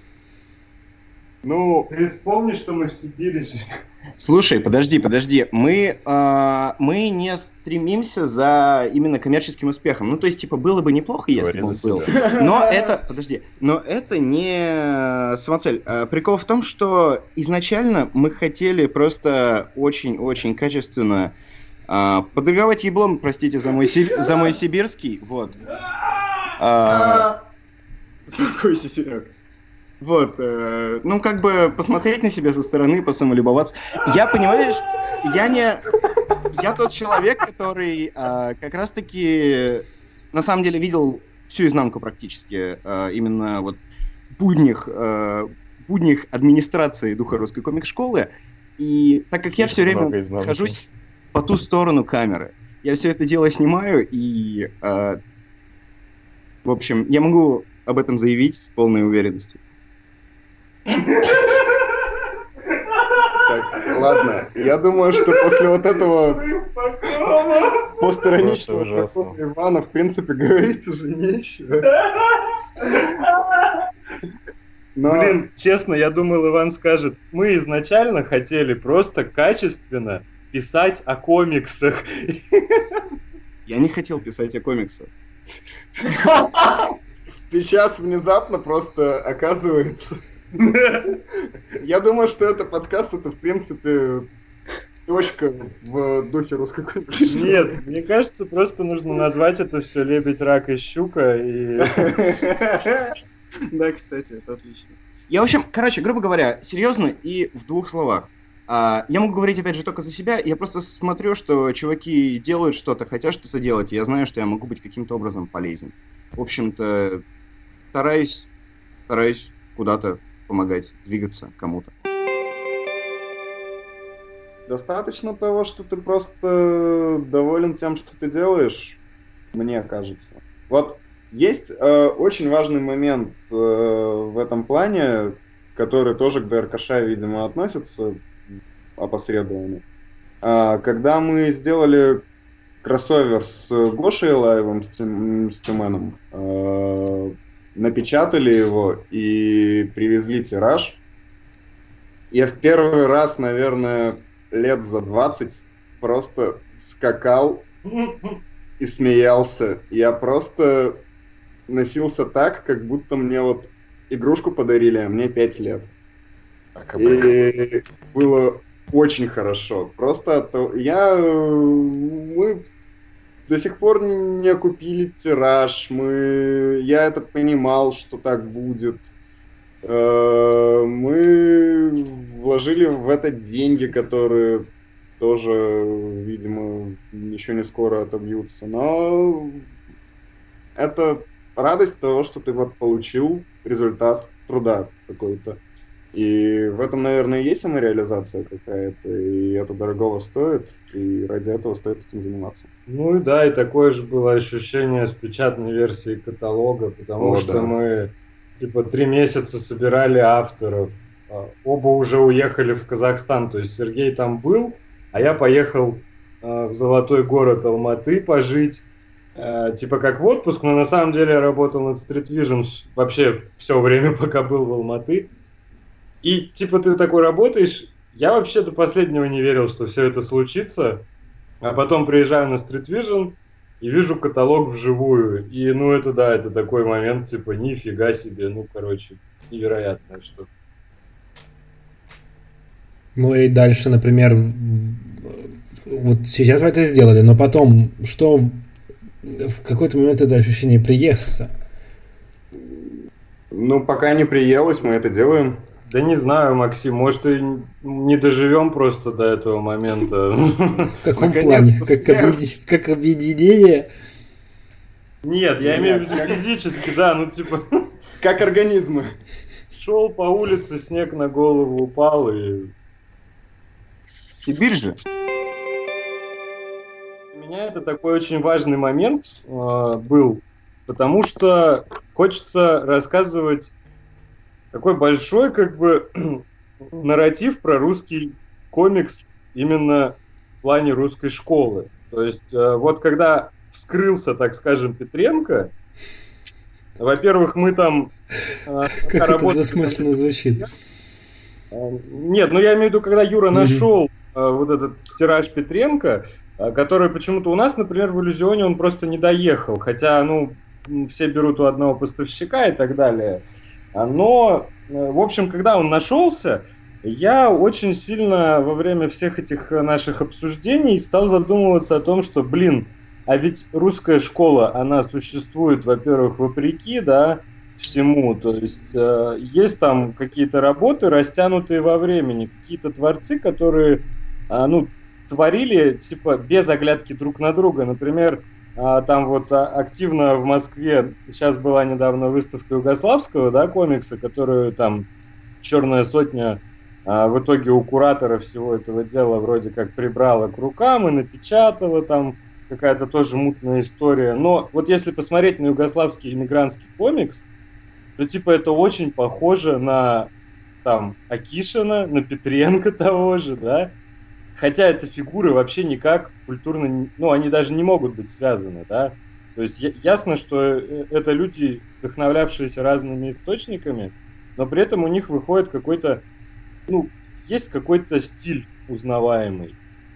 Ну, ты вспомни, что мы в Сибири жили. Слушай, подожди. Мы не стремимся за именно коммерческим успехом. Ну, то есть, типа, было бы неплохо, если бы он был. Но это не самоцель. Прикол в том, что изначально мы хотели просто очень-очень качественно подорговать еблом, простите за мой сибирский. Вот. Успокойся, Серег. Вот, ну, как бы посмотреть на себя со стороны, посамолюбоваться. Я, понимаешь, я тот человек, который как раз-таки на самом деле видел всю изнанку практически, именно вот будних администрации Духа русской комик-школы. И так как я все время нахожусь по ту сторону камеры, я все это дело снимаю, и, в общем, я могу об этом заявить с полной уверенностью. Так, ладно. Я думаю, что после вот этого постироничного подхода Ивана, в принципе, говорить уже нечего. Но... Блин, честно, я думал, Иван скажет, мы изначально хотели просто качественно писать о комиксах. Я не хотел писать о комиксах. Сейчас внезапно просто оказывается... Я думаю, что это подкаст, это, в принципе, точка в духе русской культуры. Нет, мне кажется, просто нужно назвать это все «Лебедь, рак и щука». Да, кстати, это отлично. Я, в общем, грубо говоря, серьезно и в двух словах. Я могу говорить, опять же, только за себя. Я просто смотрю, что чуваки делают что-то, хотят что-то делать, и я знаю, что я могу быть каким-то образом полезен. В общем-то, стараюсь куда-то помогать, двигаться кому-то. Достаточно того, что ты просто доволен тем, что ты делаешь, мне кажется. Вот есть очень важный момент в этом плане, который тоже к ДРКШ, видимо, относится опосредованно. Когда мы сделали кроссовер с Гошей Элаевым, с Тюменом, напечатали его и привезли тираж, я в первый раз, наверное, лет за 20 просто скакал и смеялся. Я просто носился так, как будто мне вот игрушку подарили, а мне 5 лет. И было очень хорошо. Просто мы до сих пор не купили тираж. Я это понимал, что так будет. Мы вложили в это деньги, которые тоже, видимо, еще не скоро отобьются. Но это радость того, что ты вот получил результат труда какой-то. И в этом, наверное, и есть самореализация какая-то, и это дорогого стоит, и ради этого стоит этим заниматься. Ну и да, и такое же было ощущение с печатной версией каталога, потому что мы типа 3 месяца собирали авторов, оба уже уехали в Казахстан, то есть Сергей там был, а я поехал в золотой город Алматы пожить, типа как в отпуск, но на самом деле я работал над Street Vision вообще все время, пока был в Алматы. И типа ты такой работаешь, я вообще до последнего не верил, что все это случится, а потом приезжаю на Street Vision и вижу каталог вживую, и ну это да, это такой момент, типа нифига себе, ну короче, невероятное что-то. Ну и дальше, например, вот сейчас вы это сделали, но потом, что в какой-то момент это ощущение приестся? Ну пока не приелось, мы это делаем. Да не знаю, Максим, может и не доживем просто до этого момента. В каком плане? Как объединение? Нет, я имею в виду физически, да, ну типа... Как организмы. Шел по улице, снег на голову упал и... Сибирь же. Для меня это такой очень важный момент был, потому что хочется рассказывать такой большой, как бы, нарратив про русский комикс именно в плане русской школы. То есть, вот когда вскрылся, так скажем, Петренко, во-первых, мы там... Как это двусмысленно звучит. Нет, ну я имею в виду, когда Юра нашел вот этот тираж Петренко, который почему-то у нас, например, в Иллюзионе он просто не доехал, хотя, ну, все берут у одного поставщика и так далее. Но, в общем, когда он нашелся, я очень сильно во время всех этих наших обсуждений стал задумываться о том, что, блин, а ведь русская школа, она существует, во-первых, вопреки, да, всему. То есть есть там какие-то работы, растянутые во времени, какие-то творцы, которые, ну, творили, типа, без оглядки друг на друга. Например, там вот активно в Москве сейчас была недавно выставка югославского, да, комикса, которую там «Черная сотня» в итоге у куратора всего этого дела вроде как прибрала к рукам и напечатала, там какая-то тоже мутная история. Но вот если посмотреть на югославский иммигрантский комикс, то типа это очень похоже на там Акишина, на Петренко того же, да. Хотя это фигуры вообще никак культурно, ну, они даже не могут быть связаны, да. То есть ясно, что это люди, вдохновлявшиеся разными источниками, но при этом у них выходит какой-то, ну, есть какой-то стиль узнаваемый.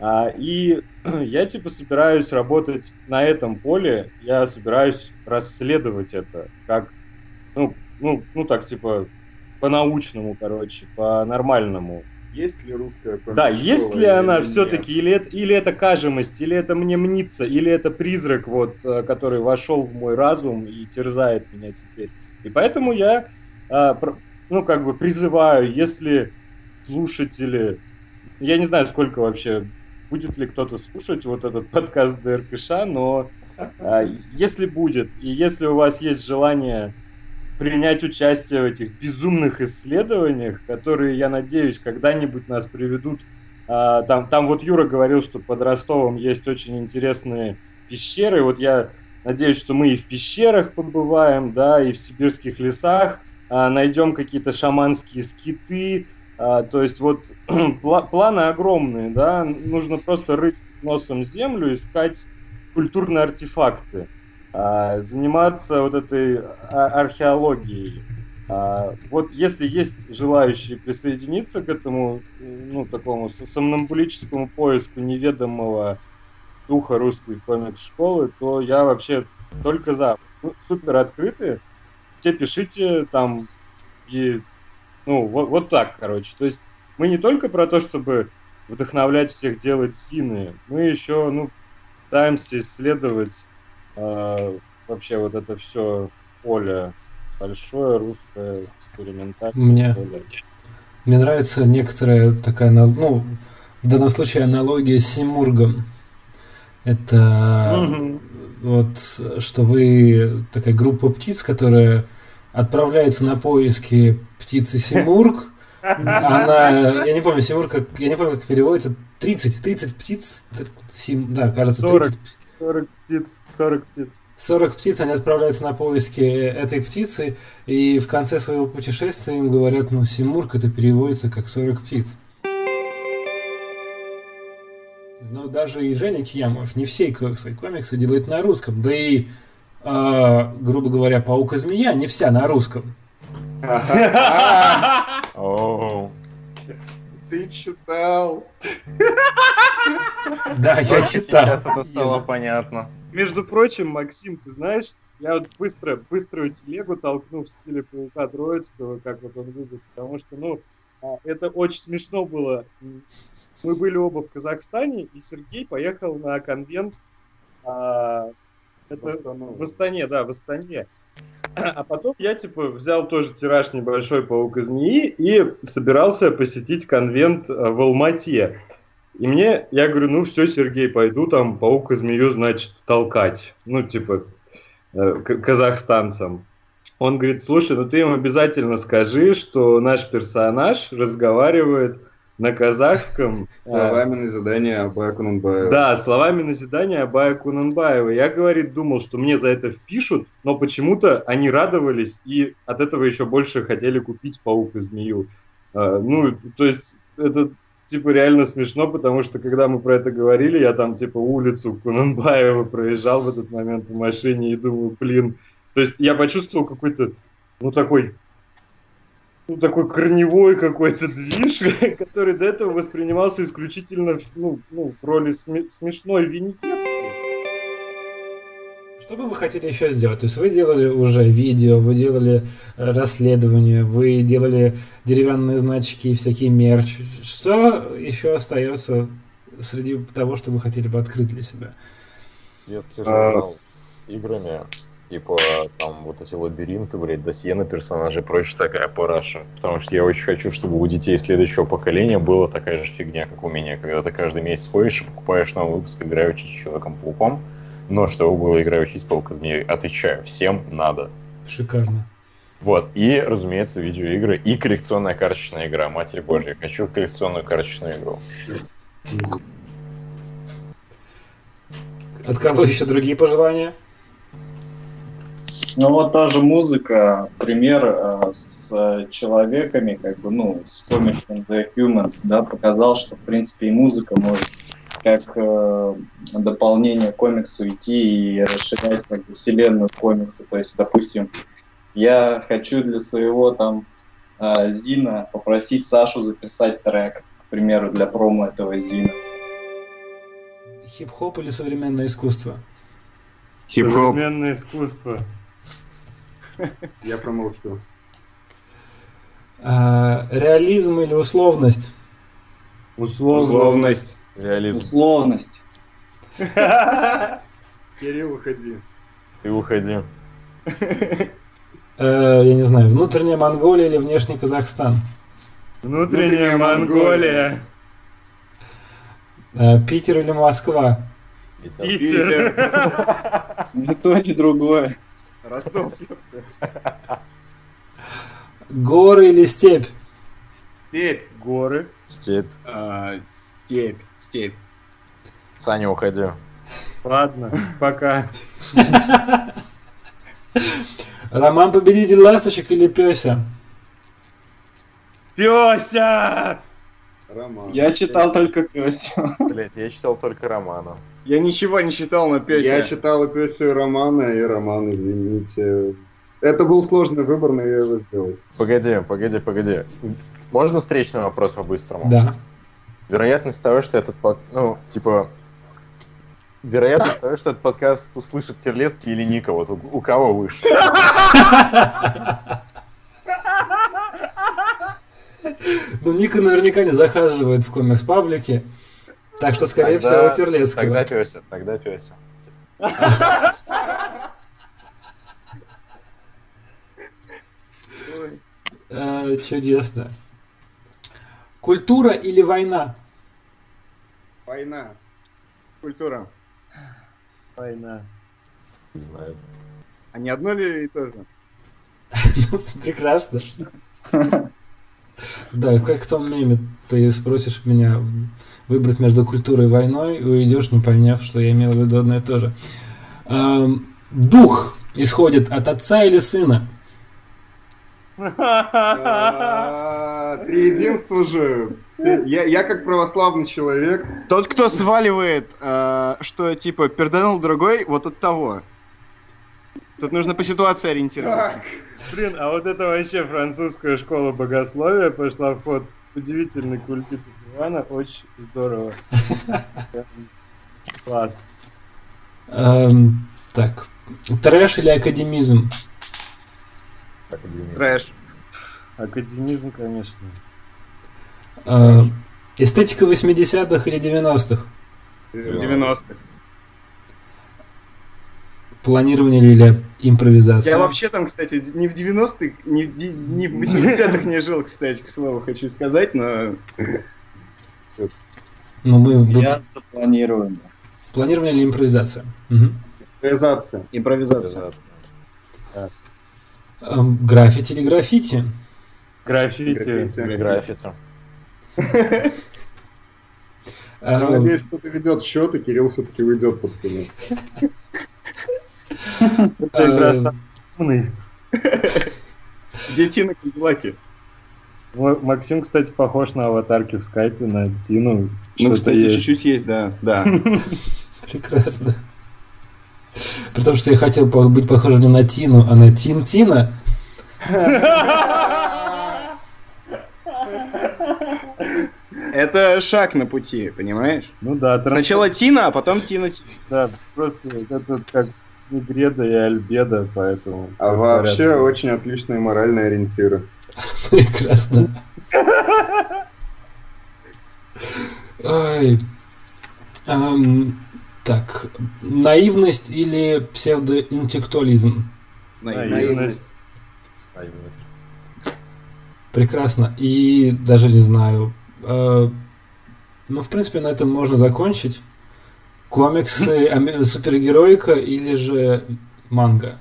И я типа собираюсь работать на этом поле, я собираюсь расследовать это, как, так типа по-научному, короче, по-нормальному. Есть ли русская комикс-школа? Да, есть ли она или все-таки, или это кажемость, или это мне мнится, или это призрак, вот, который вошел в мой разум и терзает меня теперь. И поэтому я, призываю, если слушатели, я не знаю, сколько вообще, будет ли кто-то слушать вот этот подкаст ДРКШ, но если будет, и если у вас есть желание принять участие в этих безумных исследованиях, которые, я надеюсь, когда-нибудь нас приведут. Там вот Юра говорил, что под Ростовом есть очень интересные пещеры. Вот я надеюсь, что мы и в пещерах побываем, да, и в сибирских лесах, найдем какие-то шаманские скиты. То есть вот планы огромные, да, нужно просто рыть носом землю, искать культурные артефакты. Заниматься вот этой археологией. Вот если есть желающие присоединиться к этому, такому сомнамбулическому поиску неведомого духа русской комикс-школы, то я вообще только за. Супер открыты. Все пишите там и вот так, короче. То есть мы не только про то, чтобы вдохновлять всех делать сины, мы еще, пытаемся исследовать вообще вот это все поле, большое русское экспериментальное поле. Мне нравится некоторая такая, в данном случае аналогия с Симургом. Это вот, что вы такая группа птиц, которая отправляется на поиски птицы Симург. Она, я не помню, Симург, я не помню, как переводится, 30 птиц, кажется, 30 40 птиц. 40 птиц, они отправляются на поиски этой птицы, и в конце своего путешествия им говорят, Симург, это переводится как 40 птиц. Но даже и Женя Киямов не все свои комиксы делает на русском, да и, грубо говоря, «Паук и змея» не вся на русском. Ты читал? Да, я читал. Сейчас это стало понятно. Между прочим, Максим, ты знаешь, я вот быструю телегу толкну в стиле Паука Троицкого, как вот он выглядит, потому что, это очень смешно было. Мы были оба в Казахстане, и Сергей поехал на конвент в Астане, в Астане. А потом я, взял тоже тираж небольшой «Паук и змеи» и собирался посетить конвент в Алмате. И я говорю, все, Сергей, пойду там «Паук и змею», значит, толкать. Казахстанцам. Он говорит, слушай, ты им обязательно скажи, что наш персонаж разговаривает на казахском. Словами назидания Абая Кунанбаева. Да, словами назидания Абая Кунанбаева. Я, говорит, думал, что мне за это впишут, но почему-то они радовались и от этого еще больше хотели купить «Паук и змею». То есть это реально смешно, потому что когда мы про это говорили, я там улицу Кунанбаева проезжал в этот момент в машине и думаю, то есть я почувствовал какой-то, такой корневой какой-то движ, который до этого воспринимался исключительно в роли смешной виньетки. Что бы вы хотели еще сделать? То есть вы делали уже видео, вы делали расследования, вы делали деревянные значки, всякий мерч. Что еще остается среди того, что вы хотели бы открыть для себя? Детский журнал с играми. Типа, там, вот эти лабиринты, досье на персонажей и прочая такая параша. Потому что я очень хочу, чтобы у детей следующего поколения была такая же фигня, как у меня. Когда ты каждый месяц ходишь и покупаешь новый выпуск «Играючи с Человеком-пауком», но чтобы было «Играючи с Паука-змеей». Отвечаю, всем надо. Шикарно. Вот, и, разумеется, видеоигры и коллекционная карточная игра. Матерь Божья, я хочу коллекционную карточную игру. От кого еще другие пожелания? Та же музыка, пример с человеками, с комиксом The Humans, показал, что, в принципе, и музыка может как дополнение к комиксу идти и расширять вселенную комикса. То есть, допустим, я хочу для своего зина попросить Сашу записать трек, к примеру, для промо этого зина. Хип-хоп или современное искусство? Хип-хоп. Современное искусство. Я промолчу. Реализм или условность? Условность. Реализм. Условность. Кирилл, уходи. Ты уходи. Я не знаю, внутренняя Монголия или внешний Казахстан? Внутренняя Монголия. Питер или Москва? Питер. Ни то, ни другое. Ростов. Горы или степь? Степь. Горы. Степь. Степь. Саня, уходи. Ладно, пока. Роман «Победитель ласточек» или Пёся? Пёся! Роман. Я читал только Пёсю. Блять, я читал только романа. Я ничего не читал на Пёсе. Я читал и Пёсю, и Роман, извините. Это был сложный выбор, но я его сделал. Погоди. Можно встречный вопрос по-быстрому? Да. Вероятность того, что этот вероятность того, что этот подкаст услышит Терлецкий или Ника, вот у кого выше? Ну, Ника наверняка не захаживает в комикс-паблике, так что, скорее всего, у Терлецкого. Тогда Пёся. Чудесно. Культура или война? Война. Культура. Война. Не знаю. А не одно ли и то же? Прекрасно. Да, как в том меме, ты спросишь меня выбрать между культурой и войной, и уйдешь, не поняв, что я имел в виду одно и то же. Дух исходит от отца или сына? Триединство же. Я как православный человек. Тот, кто сваливает, что типа перданул другой, вот от того. Тут нужно по ситуации ориентироваться. Так. Блин, а вот это вообще французская школа богословия пошла в ход. Удивительный культ Ивана, очень здорово. Класс. Так, трэш или академизм? Трэш. Академизм, конечно. Эстетика 80-х или 90-х? 90-х. Планирование или импровизация? Я вообще там, кстати, не в 90-х, не в 80-х не жил, кстати, к слову, хочу сказать, но... Ну, мы... Я за планирование. Планирование или импровизация? Угу. Импровизация. Граффити или граффити? Граффити. Я надеюсь, кто-то ведет счет, и Кирилл все-таки уйдет под конец. Это игра самый. Где Тина Кадиллаки? Максим, кстати, похож на аватарки в скайпе, на Тину. Ну, кстати, чуть-чуть есть, да. Прекрасно. При том, что я хотел быть похожим не на Тину, а на Тин-Тина. Это шаг на пути, понимаешь? Ну да. Сначала Тина, а потом Тина. Да, просто это как Негреда и Альбеда, поэтому... А вообще очень отличные моральные ориентиры. Прекрасно. Ой. Так, наивность или псевдоинтеллектуализм? Наивность. Прекрасно. И даже не знаю. Ну, в принципе, на этом можно закончить. Комиксы, супергероика или же манга?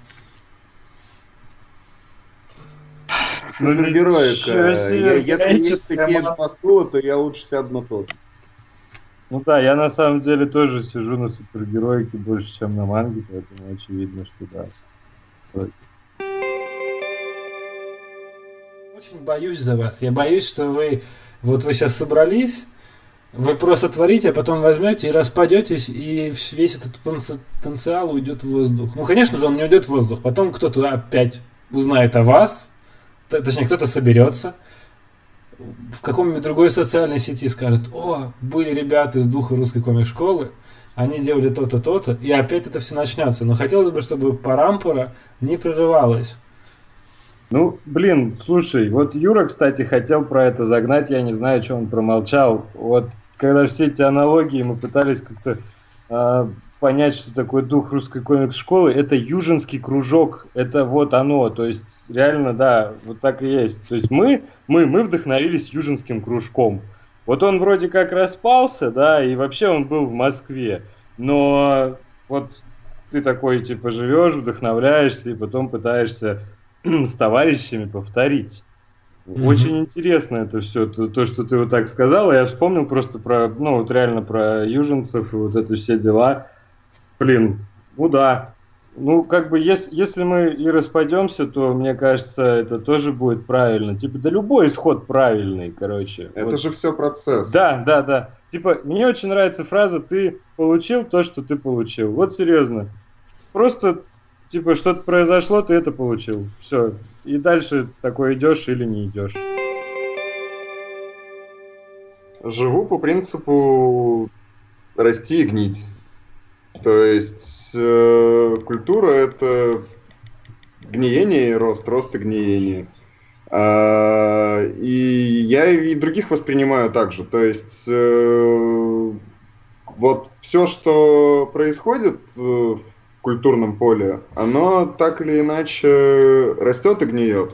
Супергероика. Если есть такие же постулы, то я лучше сяду на тот. Ну да, я на самом деле тоже сижу на супергероике больше, чем на манге, поэтому очевидно, что да. Очень боюсь за вас. Я боюсь, что вы сейчас собрались, вы просто творите, а потом возьмете и распадетесь, и весь этот потенциал уйдет в воздух. Ну, конечно же, он не уйдет в воздух. Потом кто-то опять узнает о вас, точнее, кто-то соберется, в каком-нибудь другой социальной сети скажет: о, были ребята из духа русской комик-школы, они делали то-то, то-то, и опять это все начнется. Но хотелось бы, чтобы парампора не прерывалась. Ну, блин, слушай, вот Юра, кстати, хотел про это загнать, я не знаю, что он промолчал. Вот когда все эти аналогии мы пытались как-то понять, что такое дух русской комикс-школы, это Южинский кружок, это вот оно, то есть реально, да, вот так и есть. То есть мы вдохновились Южинским кружком. Вот он вроде как распался, да, и вообще он был в Москве, но вот ты такой, типа, живешь, вдохновляешься, и потом пытаешься с товарищами повторить. Очень интересно это все, то, что ты вот так сказал. Я вспомнил просто про, ну, вот реально про южинцев и вот это все дела. Блин, ну да. Ну, как бы, если мы и распадемся, то, мне кажется, это тоже будет правильно. Типа, да любой исход правильный, короче. Это вот. же все процесс. Да. Типа, мне очень нравится фраза «ты получил то, что ты получил». Вот серьезно. Просто, типа, что-то произошло, ты это получил. Все. И дальше такой идешь или не идешь. Живу по принципу расти и гнить. То есть культура — это гниение и рост, рост и гниение. И я и других воспринимаю так же. То есть вот все, что происходит в культурном поле, оно так или иначе растет и гниет.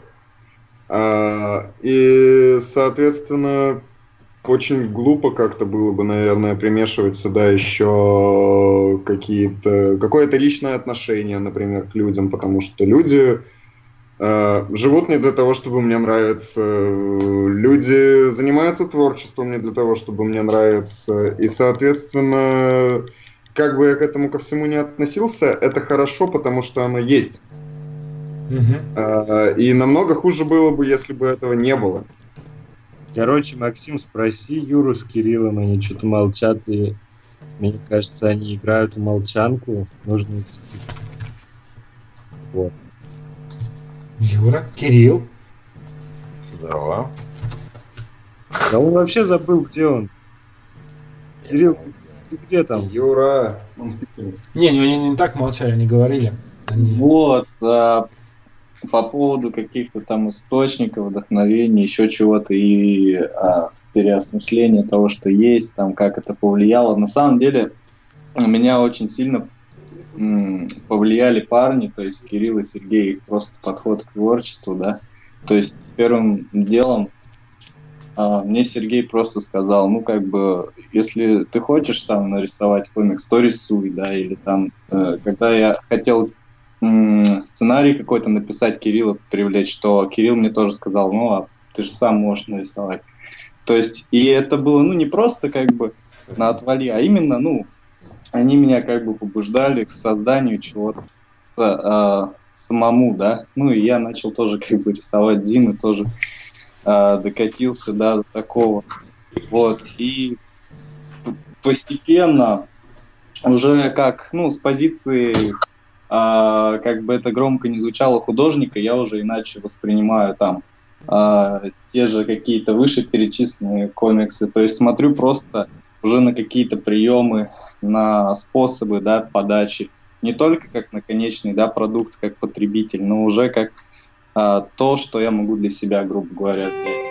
И, соответственно, очень глупо как-то было бы, наверное, примешивать сюда еще какое-то личное отношение, например, к людям, потому что люди живут не для того, чтобы мне нравиться, люди занимаются творчеством не для того, чтобы мне нравиться, и, соответственно, как бы я к этому ко всему не относился, это хорошо, потому что оно есть. И намного хуже было бы, если бы этого не было. Короче, Максим, спроси Юру с Кириллом, они что-то молчат, и мне кажется, они играют в молчанку. Нужно их встретить. Вот. Юра, Кирилл. Здорово. Да он вообще забыл, где он. Кирилл, ты где там? Юра. Не, они не так молчали, они говорили. Вот, по поводу каких-то там источников, вдохновения, еще чего-то и переосмысления того, что есть, там, как это повлияло. На самом деле, меня очень сильно повлияли парни, то есть Кирилл и Сергей, их просто подход к творчеству, да. То есть первым делом мне Сергей просто сказал, ну, как бы, если ты хочешь там нарисовать комикс, то рисуй, да, или там, когда я хотел сценарий какой-то написать, Кирилла привлечь, что Кирилл мне тоже сказал, ну, а ты же сам можешь нарисовать. То есть, и это было, ну, не просто как бы на отвали, а именно, ну, они меня как бы побуждали к созданию чего-то самому, да. Ну, и я начал тоже как бы рисовать зимы, тоже докатился, да, до такого. Вот, и постепенно уже как, ну, с позиции как бы это громко не звучало художника, я уже иначе воспринимаю там те же какие-то вышеперечисленные комиксы, то есть смотрю просто уже на какие-то приемы, на способы, да, подачи, не только как на конечный, да, продукт, как потребитель, но уже как то, что я могу для себя, грубо говоря, взять.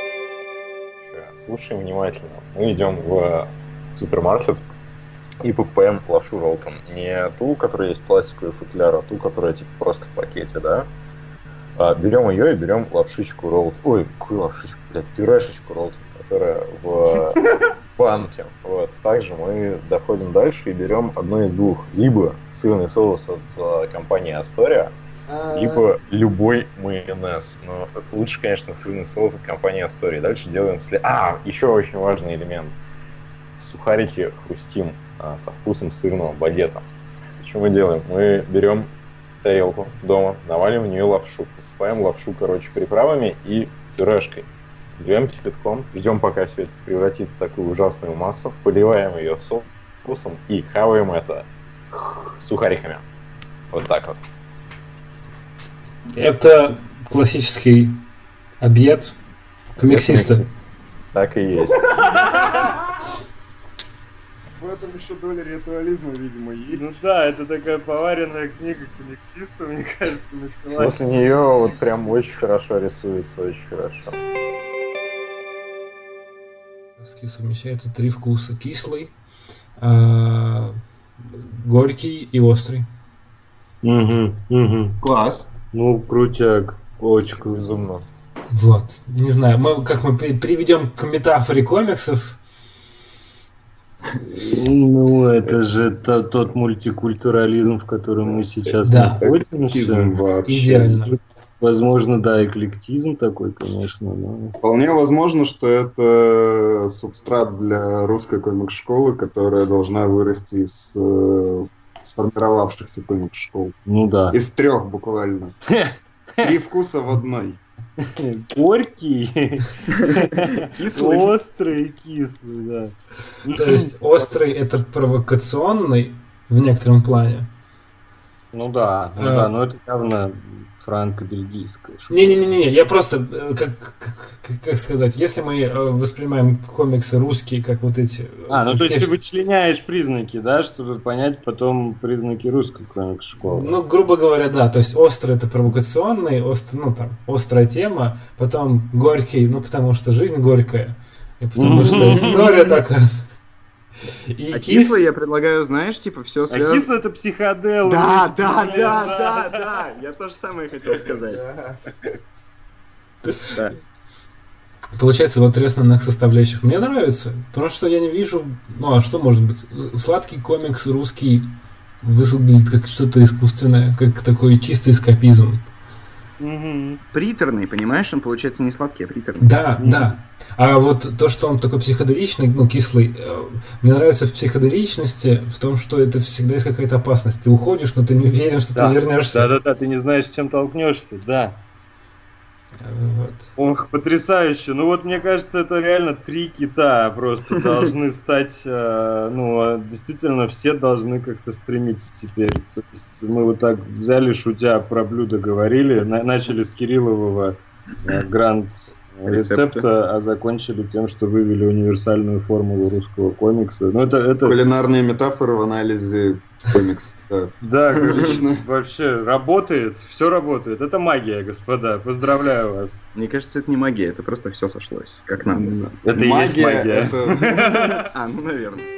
Слушай внимательно. Мы идем в супермаркет и покупаем лапшу Ролтон. Не ту, которая есть пластиковый футляр, а ту, которая типа просто в пакете, да? Берем ее и берем лапшичку Ролтон. Ой, какую лапшичку, блядь, пюрешечку Ролтон, которая в банке. Вот. Также мы доходим дальше и берем одно из двух. Либо сырный соус от компании Astoria, либо любой майонез. Но лучше, конечно, сырный соус от компании Astoria. Дальше делаем еще очень важный элемент. Сухарики хрустим со вкусом сырного багета. Что мы делаем? Мы берем тарелку дома, наваливаем в нее лапшу, посыпаем лапшу, приправами и пюрешкой. Заливаем кипятком, ждем, пока все это превратится в такую ужасную массу, поливаем ее соусом и хаваем это с сухариками. Вот так вот. Это классический обед комиксиста. Так и есть. В этом еще доля ритуализма, видимо, есть. Ну да, это такая поваренная книга комиксиста, мне кажется, началась. После нее вот прям очень хорошо рисуется, очень хорошо. Совмещаются три вкуса: кислый, горький и острый. Класс. Ну, крутяк. Очень круто. Безумно. Вот. Не знаю, мы приведем к метафоре комиксов. Ну, это же тот мультикультурализм, в котором мы сейчас находимся. Вообще. Идеально. Возможно, да, эклектизм такой, конечно. Но... Вполне возможно, что это субстрат для русской комикс-школы, которая должна вырасти из сформировавшихся комикс-школ. Ну да. Из 3 буквально. 3 вкуса в одной. Горький, острый и кислый, да. То есть острый — это провокационный в некотором плане. Ну да, но это явно франко-бельгийская шутка. Не-не-не, я просто, как сказать, если мы воспринимаем комиксы русские, как вот эти... то есть ты вычленяешь признаки, да, чтобы понять потом признаки русской комикс-школы. Ну, грубо говоря, да, то есть острый — это провокационный, острая тема, потом горький, потому что жизнь горькая, и потому что история такая... И кислый, я предлагаю, знаешь, типа все связано... А кислый — это психодел. Да, я то же самое хотел сказать. Получается, вот рестлинг составляющих мне нравится, потому что я не вижу... Ну, а что может быть? Сладкий комикс русский выглядит как что-то искусственное, как такой чистый эскапизм. Приторный, понимаешь? Он получается не сладкий, а приторный. Да. А вот то, что он такой психоделичный, кислый, мне нравится в психоделичности в том, что это всегда есть какая-то опасность. Ты уходишь, но ты не уверен, что ты вернешься. Да, ты не знаешь, с чем толкнешься, да. Вот. Ох, потрясающе. Ну вот, мне кажется, это реально 3 кита просто должны стать, действительно все должны как-то стремиться теперь. То есть мы вот так взяли, шутя про блюдо говорили, начали с Кириллового гранд-рецепта, а закончили тем, что вывели универсальную формулу русского комикса. Ну, это... Кулинарные метафоры в анализе комикса. Да, отлично. Вообще работает, все работает. Это магия, господа. Поздравляю вас. Мне кажется, это не магия, это просто все сошлось, как надо. Это и есть магия. Ну, наверное.